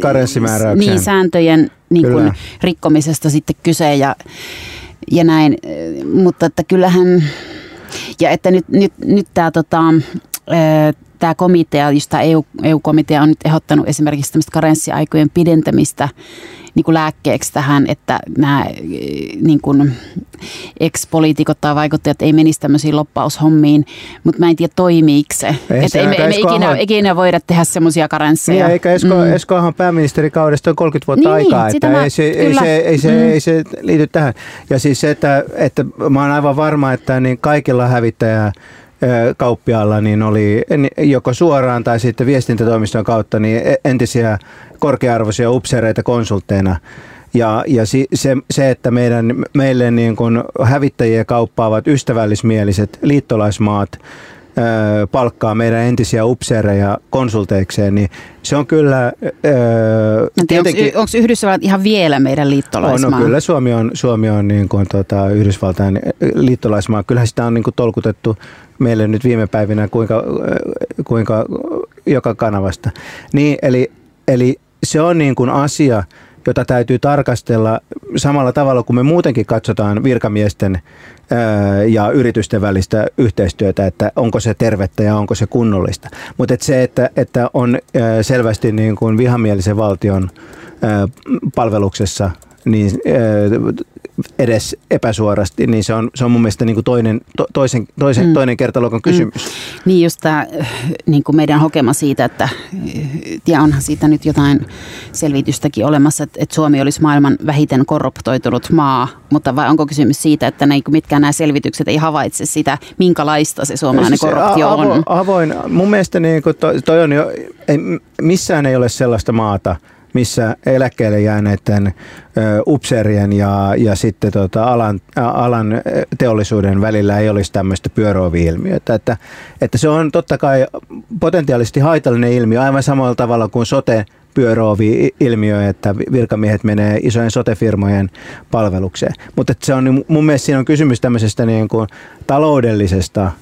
niin, sääntöjen niin kuin, rikkomisesta sitten kyse ja, ja näin, mutta että kyllähän, ja että nyt, nyt, nyt tämä tota, tämä komitea, just tämä E U, E U-komitea on nyt ehdottanut esimerkiksi tämmöistä karenssiaikojen pidentämistä niin kuin lääkkeeksi tähän, että nämä niin kuin ex-poliitikot tai vaikuttajat ei menisi tämmöisiin loppaushommiin, mutta mä en tiedä toimiiko se. Ei, että emme, emme ikinä, ikinä voida tehdä semmoisia karensseja. Niin, eikä Esko, mm. Eskohan pääministerikaudesta on kolmekymmentä vuotta niin, aikaa, että ei se, ei, se, ei, se, mm. ei se liity tähän. Ja siis se, että, että mä oon aivan varma, että niin kaikilla hävittäjää kauppiaalla niin oli joko suoraan tai sitten viestintätoimiston kautta niin entisiä korkea-arvoisia upseereita konsultteina. Ja, ja se, se, että meidän, meille niin kuin hävittäjiä kauppaavat ystävällismieliset liittolaismaat ö, palkkaa meidän entisiä upseereja konsulteikseen, niin se on kyllä... Onko Yhdysvallat ihan vielä meidän liittolaismaa? No kyllä Suomi on, Suomi on niin kuin, tota, Yhdysvaltain liittolaismaa. Kyllähän sitä on niin kuin tolkutettu meille nyt viime päivinä kuinka, kuinka joka kanavasta. Niin, eli, eli se on niin kuin asia, jota täytyy tarkastella samalla tavalla kuin me muutenkin katsotaan virkamiesten ää, ja yritysten välistä yhteistyötä, että onko se tervettä ja onko se kunnollista. Mutta et se, että, että on ää, selvästi niin kuin vihamielisen valtion ää, palveluksessa niin ää, edes epäsuorasti, niin se on, se on mun mielestä niin kuin toinen, to, toisen, toisen, mm. toinen kertaluokan kysymys. Mm. Niin just tämä niin kuin meidän hokema siitä, että ja onhan siitä nyt jotain selvitystäkin olemassa, että, että Suomi olisi maailman vähiten korruptoitunut maa, mutta vai onko kysymys siitä, että ne, mitkään nämä selvitykset ei havaitse sitä, minkälaista se suomalainen siis korruptio on? Avo, avoin, mun mielestä niin kuin toi, toi on jo, ei, missään ei ole sellaista maata, missä eläkkeelle jääneiden ö, upseerien ja, ja sitten tota alan, alan teollisuuden välillä ei olisi tämmöistä pyöröovi-ilmiötä. Että, että se on totta kai potentiaalisesti haitallinen ilmiö aivan samalla tavalla kuin sote pyöröovi-ilmiö, että virkamiehet menee isojen sote-firmojen palvelukseen. Mutta se on, mun mielestä siinä on kysymys tämmöisestä niin kuin taloudellisesta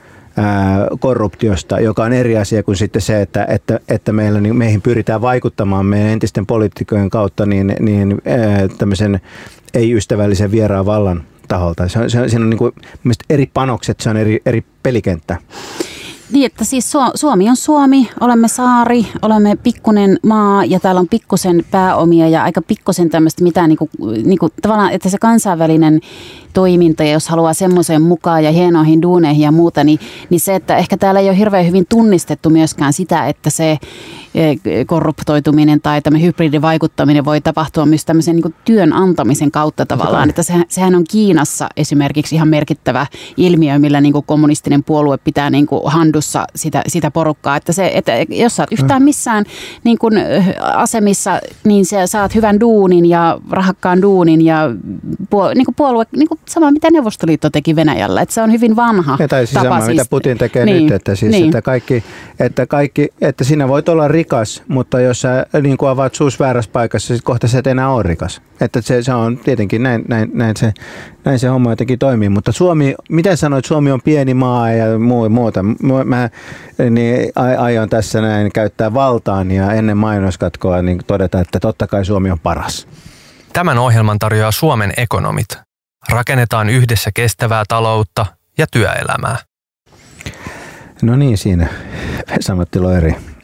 korruptiosta, joka on eri asia kuin sitten se, että, että, että meillä, niin meihin pyritään vaikuttamaan meidän entisten poliitikkojen kautta niin, niin tämmöisen ei-ystävällisen vieraan vallan taholta. Se on, se on, siinä on niin kuin, eri panokset, se on eri, eri pelikenttä. Niin, että siis Suomi on Suomi, olemme saari, olemme pikkunen maa ja täällä on pikkusen pääomia ja aika pikkusen tämmöistä mitään niin kuin, niin kuin, tavallaan, että se kansainvälinen toiminta ja jos haluaa semmoiseen mukaan ja hienoihin duuneihin ja muuta, niin, niin se, että ehkä täällä ei ole hirveän hyvin tunnistettu myöskään sitä, että se korruptoituminen tai tämmöinen hybridivaikuttaminen voi tapahtua myös tämmöisen niin kuin työn antamisen kautta tavallaan. Että sehän, sehän on Kiinassa esimerkiksi ihan merkittävä ilmiö, millä niin kuin kommunistinen puolue pitää niin kuin handussa sitä, sitä porukkaa. Että, se, että jos sä oot yhtään missään niin kuin asemissa, niin sä saat hyvän duunin ja rahakkaan duunin ja puolue, niin kuin puolue, niin kuin sama mitä Neuvostoliitto teki Venäjällä. Että se on hyvin vanha ja tai siis tapa. Sama, siis, mitä Putin tekee niin, nyt, että, siis, niin. että, kaikki, että, kaikki, että sinä voit olla rikas, mutta jos sä niin kuin avaat suus väärässä paikassa, sit kohta sä et enää ole rikas. Että se, se on tietenkin näin, näin, näin, se, näin se homma jotenkin toimii. Mutta Suomi, miten sanoit, Suomi on pieni maa ja muuta. Mä niin, aion tässä näin käyttää valtaan ja ennen mainoskatkoa niin todeta, että totta kai Suomi on paras. Tämän ohjelman tarjoaa Suomen ekonomit. Rakennetaan yhdessä kestävää taloutta ja työelämää. No niin, siinä Vesa-Matti Loiri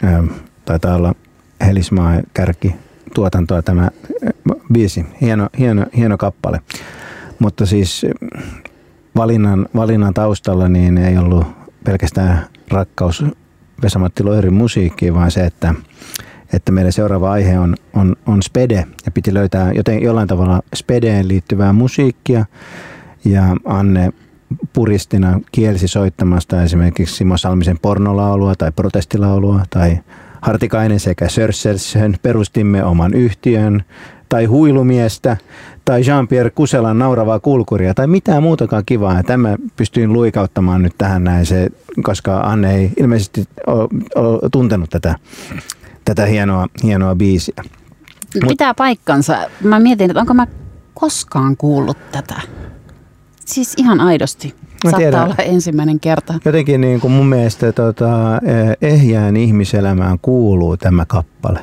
taitaa olla Helismaa kärki tuotantoa tämä biisi, hieno, hieno, hieno kappale. Mutta siis valinnan, valinnan taustalla niin ei ollut pelkästään rakkaus Vesa-Matti Loirin musiikkiin, vaan se, että, että meidän seuraava aihe on, on, on spede ja piti löytää joten, jollain tavalla spedeen liittyvää musiikkia ja Anne puristina kielsi soittamasta esimerkiksi Simo Salmisen pornolaulua tai protestilaulua tai Hartikainen sekä Sörselsen perustimme oman yhtiön tai Huilumiestä tai Jean-Pierre Kuselan nauravaa kulkuria tai mitään muutakaan kivaa. Tämä pystyin luikauttamaan nyt tähän näin, se, koska Anne ei ilmeisesti ole, ole tuntenut tätä, tätä hienoa, hienoa biisiä. Pitää Mut, paikkansa. Mä mietin, että onko mä koskaan kuullut tätä. Siis ihan aidosti. Saattaa tiedän, olla ensimmäinen kerta. Jotenkin niin kuin mun mielestä tota, ehjään ihmiselämään kuuluu tämä kappale.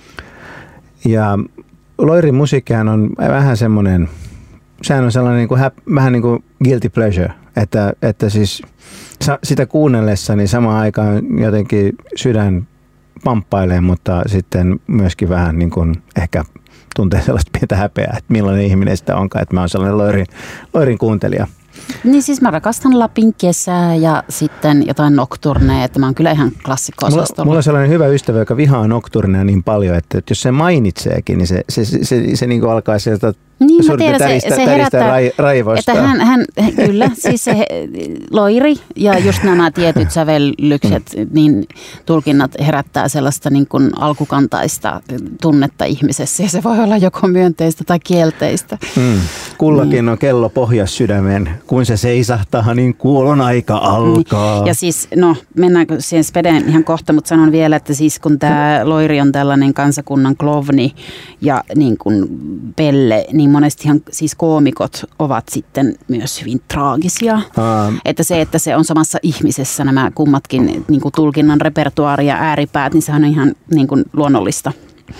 Ja Loirin musiikkihan on vähän semmoinen, sehän on sellainen niin kuin, vähän niin kuin guilty pleasure, että, että siis sitä kuunnellessa niin samaan aikaan jotenkin sydän pamppailee, mutta sitten myöskin vähän niin kuin ehkä tuntee sellaista pientä häpeää, että millainen ihminen sitä onkaan, että mä oon sellainen Loirin, Loirin kuuntelija. Niin siis mä rakastan Lapin kesää ja sitten jotain nocturneja, että mä oon kyllä ihan klassikko-osastolla. Mulla, mulla on sellainen hyvä ystävä, joka vihaa nocturneja niin paljon, että, että jos se mainitseekin, niin se, se, se, se, se niin kuin alkaa sieltä niin, mä tiedän, täristä, se, se herättää, rai, raivoista. Että hän, hän, kyllä, siis se Loiri ja just nämä tietyt sävellykset, niin tulkinnat herättää sellaista niin kuin alkukantaista tunnetta ihmisessä ja se voi olla joko myönteistä tai kielteistä. Mm. Kullakin niin. On kello pohjas sydämen, kun se seisahtaa, niin kuolon aika alkaa. Niin. Ja siis, no mennäänkö siihen spedeen ihan kohta, mutta sanon vielä, että siis kun tämä Loiri on tällainen kansakunnan klovni ja niin kuin Pelle, niin monestihan siis koomikot ovat sitten myös hyvin traagisia. Aa. Että se, että se on samassa ihmisessä nämä kummatkin niin kuin tulkinnan repertuaari ja ääripäät, niin sehän on ihan niin kuin luonnollista.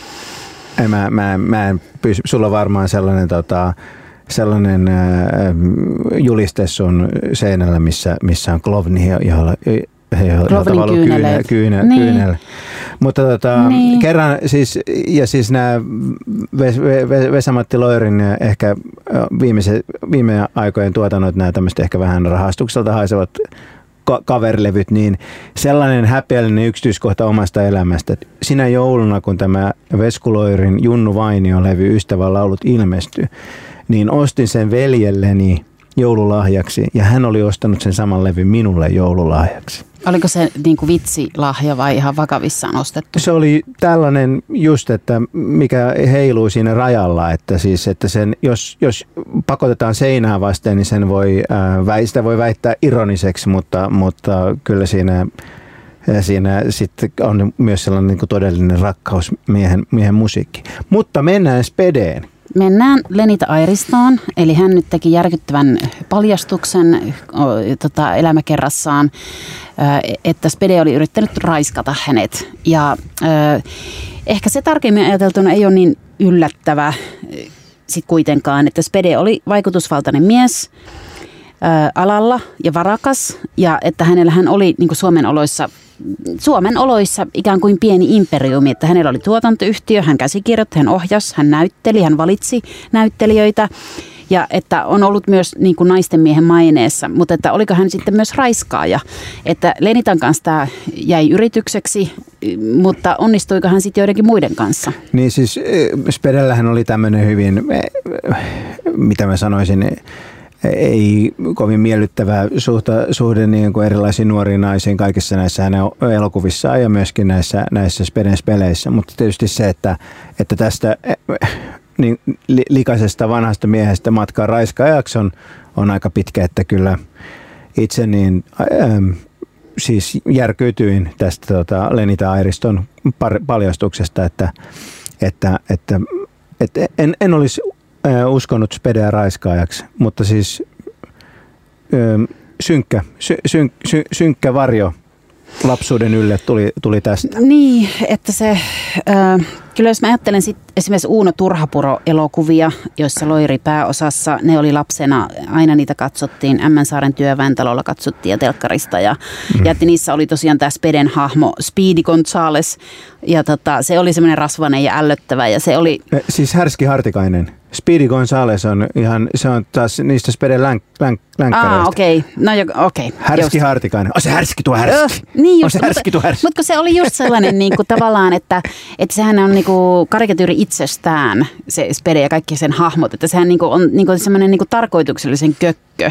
Ei, mä, mä, mä en pysy, sulla on varmaan sellainen, tota, sellainen äh, juliste sun seinällä, missä, missä on klovni, jolla Klovnin kyyneleet. Kyynel, niin. kyynel. Mutta tota, niin. kerran siis, ja siis nämä Vesa-Matti Loirin ehkä viimeise, viime aikojen tuotannot, nämä tämmöiset ehkä vähän rahastukselta haisevat ka- kaverilevyt, niin sellainen häpeällinen yksityiskohta omasta elämästä, että sinä jouluna, kun tämä Vesku Loirin Junnu Vainio-levy Ystävän laulut ilmestyi, niin ostin sen veljelleni joululahjaksi ja hän oli ostanut sen saman levyn minulle joululahjaksi. Oliko se niin kuin vitsilahja vai ihan vakavissaan ostettu? Se oli tällainen just, että mikä heiluu siinä rajalla, että siis, että sen, jos, jos pakotetaan seinää vasten, niin sen voi, ää, sitä voi väittää ironiseksi, mutta, mutta kyllä siinä, siinä sitten on myös sellainen niin kuin todellinen rakkaus miehen, miehen musiikki. Mutta mennään spedeen. Mennään Lenita Airistoon, eli hän nyt teki järkyttävän paljastuksen tota, elämäkerrassaan, että spede oli yrittänyt raiskata hänet. Ja äh, ehkä se tarkemmin ajateltuna ei ole niin yllättävä sit kuitenkaan, että spede oli vaikutusvaltainen mies äh, alalla ja varakas, ja että hänellä hän oli niin kuin Suomen oloissa Suomen oloissa ikään kuin pieni imperiumi, että hänellä oli tuotantoyhtiö, hän käsikirjoitti, hän ohjasi, hän näytteli, hän valitsi näyttelijöitä ja että on ollut myös niin kuin naisten miehen maineessa, mutta että oliko hän sitten myös raiskaaja, että Lenitan kanssa tämä jäi yritykseksi, mutta onnistuiko hän sitten joidenkin muiden kanssa? Niin siis Spedellähän oli tämmöinen hyvin, mitä mä sanoisin, ei kovin miellyttävää suhta, suhde niin kuin erilaisiin nuoriin naisiin kaikissa näissä hänen elokuvissaan ja myöskin näissä, näissä Speden speleissä. Mutta tietysti se, että, että tästä niin, likaisesta vanhasta miehestä matkaa raiskaajaksi on, on aika pitkä, että kyllä itse niin, ähm, siis järkyytyin tästä tota, Lenita Airiston par, paljastuksesta, että, että, että, että en, en olisi uskonut Spedeä raiskaajaksi, mutta siis ö, synkkä, sy, syn, sy, synkkä varjo lapsuuden ylle tuli, tuli tästä. Niin, että se, äh, kyllä jos mä ajattelen sit esimerkiksi Uuno Turhapuro-elokuvia, joissa Loiri pääosassa, ne oli lapsena, aina niitä katsottiin, Ämmänsaaren työväentalolla katsottiin ja telkkarista ja, mm. ja että niissä oli tosiaan tämä Speden hahmo Speedy Gonzales ja tota, se oli semmoinen rasvainen ja ällöttävä ja se oli... Siis Härski Hartikainen. Speedy Gonzales on ihan, se on taas niistä Speden länk, länk, länkkäreistä. Ah, okei. Okay. No okei. Okay. Härski just. Hartikainen. On se härski tuo härski. Öh, niin just, on se härski tuo härski. Mutta se oli just sellainen niin kuin, tavallaan, että, että sehän on niin kuin karikatyyri itsestään, se Spede ja kaikki sen hahmot. Että sehän niin kuin, on niin kuin, semmoinen niin kuin tarkoituksellisen kökkö.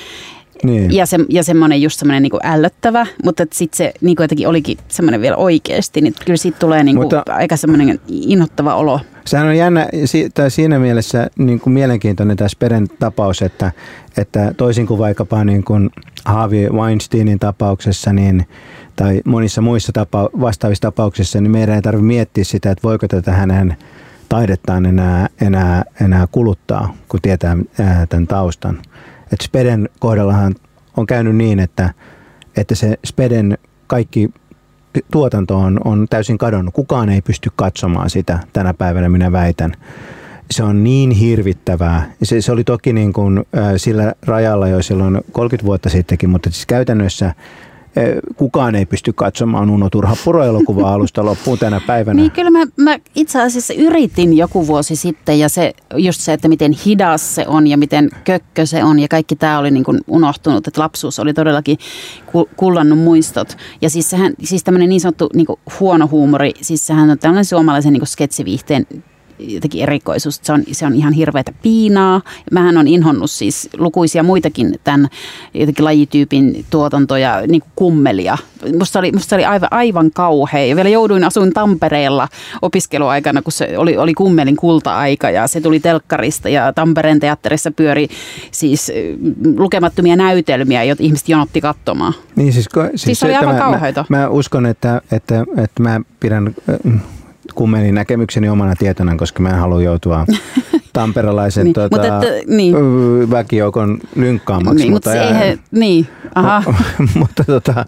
Niin. Ja, se, ja semmoinen just semmoinen niin ällöttävä, mutta sitten se niin kuin jotenkin olikin semmoinen vielä oikeasti, niin kyllä siitä tulee niin kuin mutta, aika semmoinen inhottava olo. Sehän on jännä, tai siinä mielessä niin kuin mielenkiintoinen tämä Speden tapaus, että, että toisin kuin vaikkapa niin kuin Harvey Weinsteinin tapauksessa niin, tai monissa muissa tapa, vastaavissa tapauksissa, niin meidän ei tarvitse miettiä sitä, että voiko tätä hänen taidettaan enää, enää, enää kuluttaa, kun tietää ää, tämän taustan. Että Speden kohdallahan on käynyt niin, että, että se Speden kaikki tuotanto on, on täysin kadonnut. Kukaan ei pysty katsomaan sitä tänä päivänä, minä väitän. Se on niin hirvittävää. Se, se oli toki niin kuin, äh, sillä rajalla jo silloin kolmekymmentä vuotta sittenkin, mutta siis käytännössä kukaan ei pysty katsomaan Uuno Turhapuro-elokuvaa alusta loppuun tänä päivänä. Niin kyllä mä, mä itse asiassa yritin joku vuosi sitten ja se, just se, että miten hidas se on ja miten kökkö se on ja kaikki tämä oli niin kuin unohtunut, että lapsuus oli todellakin kullannut muistot. Ja siis, sehän, siis tämmöinen niin sanottu niin kuin huono huumori, siis sehän on tällainen suomalaisen niin kuin sketsiviihteen jotenkin erikoisuus. Se on, se on ihan hirveätä piinaa. Mähän on inhonnut siis lukuisia muitakin tämän jotenkin lajityypin tuotantoja, niin kuin kummelia. Musta oli, musta oli aivan, aivan kauhea. Ja vielä jouduin asuin Tampereella opiskeluaikana, kun se oli, oli kummelin kulta-aika ja se tuli telkkarista ja Tampereen teatterissa pyöri siis lukemattomia näytelmiä, joita ihmiset jonotti katsomaan. Niin siis, siis, siis se oli aivan kauheita. Mä, mä uskon, että, että, että mä pidän kummelin näkemykseni omana tietona, koska mä en halua joutua tamperelaisen niin, tuota, mutta että, niin. väkijoukon lynkkaamaksi. Niin, mutta, mutta eihän, niin, aha. mutta tota,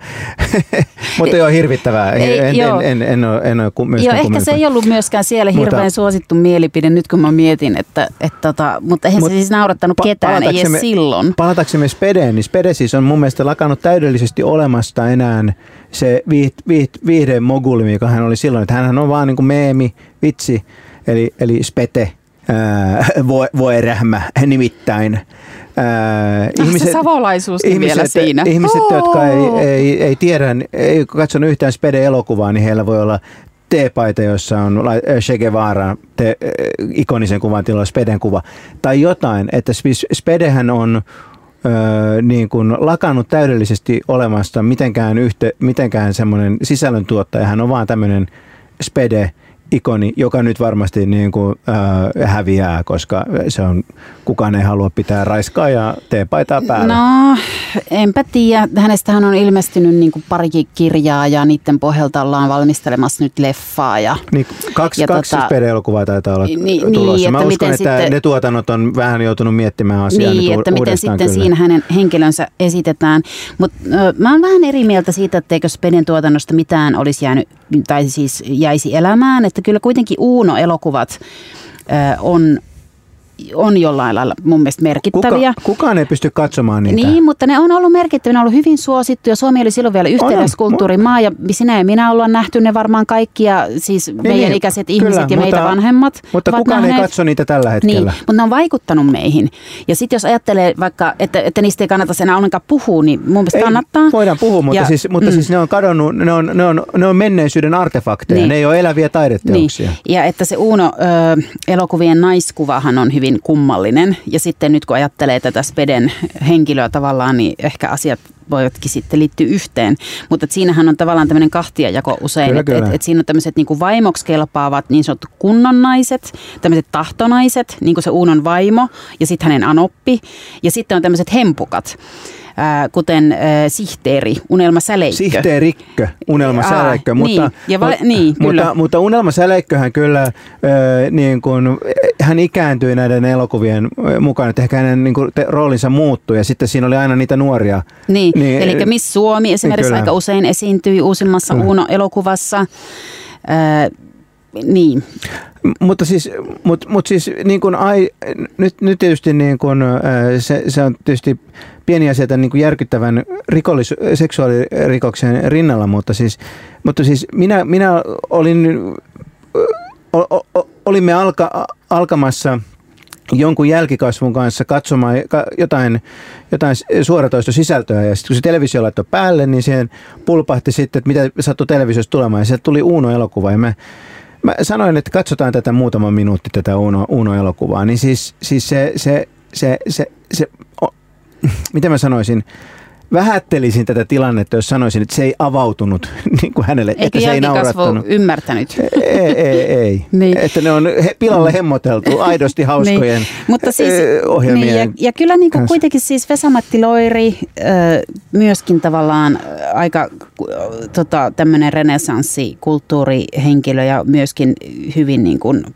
mutta joo, hirvittävää. Ei, en, joo. En, en, en ole, en ole joo, ehkä se ei ollut myöskään siellä hirveän mutta, suosittu mielipide, nyt kun mä mietin, että, että tota, mutta eihän mutta, se siis naurattanut ketään, ei edes silloin. Palataksemme Spedeen, niin Spede siis on mun mielestä lakannut täydellisesti olemasta enää se viih, viih, viihde moguli, joka hän oli silloin, että hänhän on vaan niin kuin meemi, vitsi, eli, eli Spete. Äh, voi, voi rähmä nimittäin. Äh, ihmiset, se savolaisuuskin ihmiset, vielä siinä. Ihmiset, oh. jotka ei, ei, ei tiedä, ei katsonut yhtään Spede-elokuvaa, niin heillä voi olla teepaita, jossa on Che Guevara, te, ikonisen kuvan tilalla Speden kuva, tai jotain, että Spedehän on Öö, niin kuin lakannut täydellisesti olemasta mitenkään, yhte, mitenkään semmoinen sisällöntuottaja. Hän on vaan tämmöinen Spede-ikoni, joka nyt varmasti niin kuin, öö, häviää, koska se on, kukaan ei halua pitää raiskaa ja teepaitaa päällä. No, enpä tiedä. Hänestähän on ilmestynyt niin kuin parikin kirjaa ja niiden pohjalta ollaan valmistelemassa nyt leffaa. Ja, niin, kaksi ja kaksi tota, Spede-elokuvaa taitaa olla niin, tulossa. Mä niin, uskon, että sitten, ne tuotannot on vähän joutunut miettimään asiaa niin, nyt että miten sitten kyllä. siinä hänen henkilönsä esitetään. Mutta mä oon vähän eri mieltä siitä, etteikö Speden tuotannosta mitään olisi jäänyt, tai siis jäisi elämään. Että kyllä kuitenkin Uuno-elokuvat ö, on... on jollain lailla mun mielestä merkittäviä. Kuka, kukaan ei pysty katsomaan niitä. Niin, mutta ne on ollut merkittäviä, ne on ollut hyvin suosittuja. Suomi oli silloin vielä yhtenäiskulttuurimaa ja sinä ja minä ollaan nähty ne varmaan kaikki ja siis niin, meidän niin, ikäiset kyllä, ihmiset ja mutta, meitä vanhemmat. Mutta kukaan nähneet. Ei katso niitä tällä hetkellä. Niin, mutta ne on vaikuttanut meihin. Ja sitten jos ajattelee vaikka, että, että niistä ei kannata enää ollenkaan puhua, niin mun mielestä ei, kannattaa. Voidaan puhua, mutta, ja, siis, mutta mm. siis ne on kadonnut, ne on, ne on, ne on menneisyyden artefakteja, niin. Ne ei ole eläviä taideteoksia. Niin. Ja että se Uuno-elokuvien naiskuvahan on hyvin kummallinen. Ja sitten nyt kun ajattelee tätä Speden henkilöä tavallaan, niin ehkä asiat voivatkin sitten liittyä yhteen. Mutta siinähän on tavallaan tämmöinen kahtiajako usein, että et, et siinä on tämmöiset niin kuin vaimoksi kelpaavat niin sanottu kunnon naiset, tämmöiset tahtonaiset, niin kuin se Uunon vaimo ja sitten hänen anoppi. Ja sitten on tämmöiset hempukat. ää, kuten ää, Sihteeri, Unelmasäleikkö. Sihteerikkö, Unelmasäleikkö, Aa, mutta, niin, ja va- mutta, niin, mutta, mutta Unelmasäleikköhän kyllä ää, niin kuin, hän ikääntyi näiden elokuvien mukaan, että ehkä hänen niin kuin, te, roolinsa muuttui ja sitten siinä oli aina niitä nuoria. Niin, niin eli Miss Suomi esimerkiksi niin aika usein esiintyi uusimmassa kyllä. Uuno-elokuvassa. Ää, niin. Mutta siis, mut, mut siis niin kuin ai, nyt, nyt tietysti niin kuin, se, se on tietysti pieni asia tämän niin kuin järkyttävän rikollis, seksuaalirikoksen rinnalla, mutta siis, mutta siis minä, minä olin, o, o, olimme alka, alkamassa jonkun jälkikasvun kanssa katsomaan jotain, jotain suoratoistosisältöä ja sitten kun se televisio laittoi päälle, niin siihen pulpahti sitten, että mitä sattui televisiosta tulemaan ja sieltä tuli Uuno-elokuva ja mä Mä sanoin, että katsotaan tätä muutama minuutti, tätä Uuno, Uuno-elokuvaa, niin siis, siis se, se, se, se, se o, miten mä sanoisin, vähättelisin tätä tilannetta, jos sanoisin, että se ei avautunut niin kuin hänelle, eikö että se ei naurattanut. Ymmärtänyt? Ei, ei, ei. Niin. Että ne on he, pilalle hemmoteltu aidosti hauskojen niin. Mutta siis, ohjelmien niin, ja, ja kyllä niin kuin kuitenkin siis Vesa-Matti Loiri myöskin tavallaan aika tota, tämmöinen renessanssikulttuurihenkilö ja myöskin hyvin niin kuin,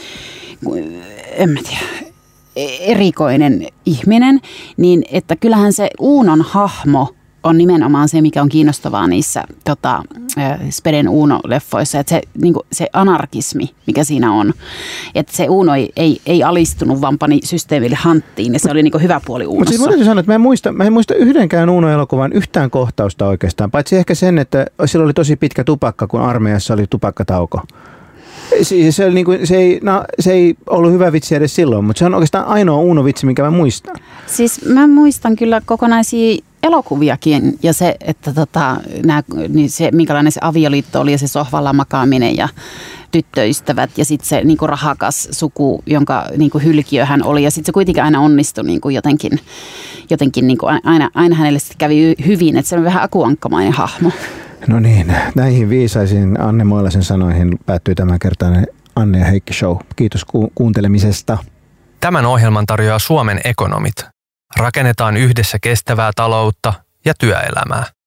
en mä tiedä, erikoinen ihminen, niin että kyllähän se Uunon hahmo on nimenomaan se, mikä on kiinnostavaa niissä tota, Speden Uuno-leffoissa, että se, niin kuin, se anarkismi, mikä siinä on, että se Uuno ei, ei, ei alistunut, vaan pani systeemille hanttiin, ja se oli niin kuin hyvä puoli Uunossa. Mutta siis täytyy sanoa, että mä en muista, mä en muista yhdenkään Uuno-elokuvan yhtään kohtausta oikeastaan, paitsi ehkä sen, että sillä oli tosi pitkä tupakka, kun armeijassa oli tupakkatauko. Se, se, niin kuin, se, ei, no, se ei ollut hyvä vitsi edes silloin, mutta se on oikeastaan ainoa Uuno-vitsi, minkä mä muistan. Siis mä muistan kyllä kokonaisia elokuviakin ja se, että tota, nää, niin se, minkälainen se avioliitto oli ja se sohvalla makaaminen ja tyttöystävät ja sitten se niinku rahakas suku, jonka niinku hylkiö hän oli ja sitten se kuitenkin aina onnistui niinku jotenkin, jotenkin niinku aina, aina hänelle kävi hyvin, että se on vähän akuankkamainen hahmo. No niin, näihin viisaisiin Anne Moilasen sanoihin päättyy tämänkertainen Anne ja Heikki Show. Kiitos ku- kuuntelemisesta. Tämän ohjelman tarjoaa Suomen ekonomit. Rakennetaan yhdessä kestävää taloutta ja työelämää.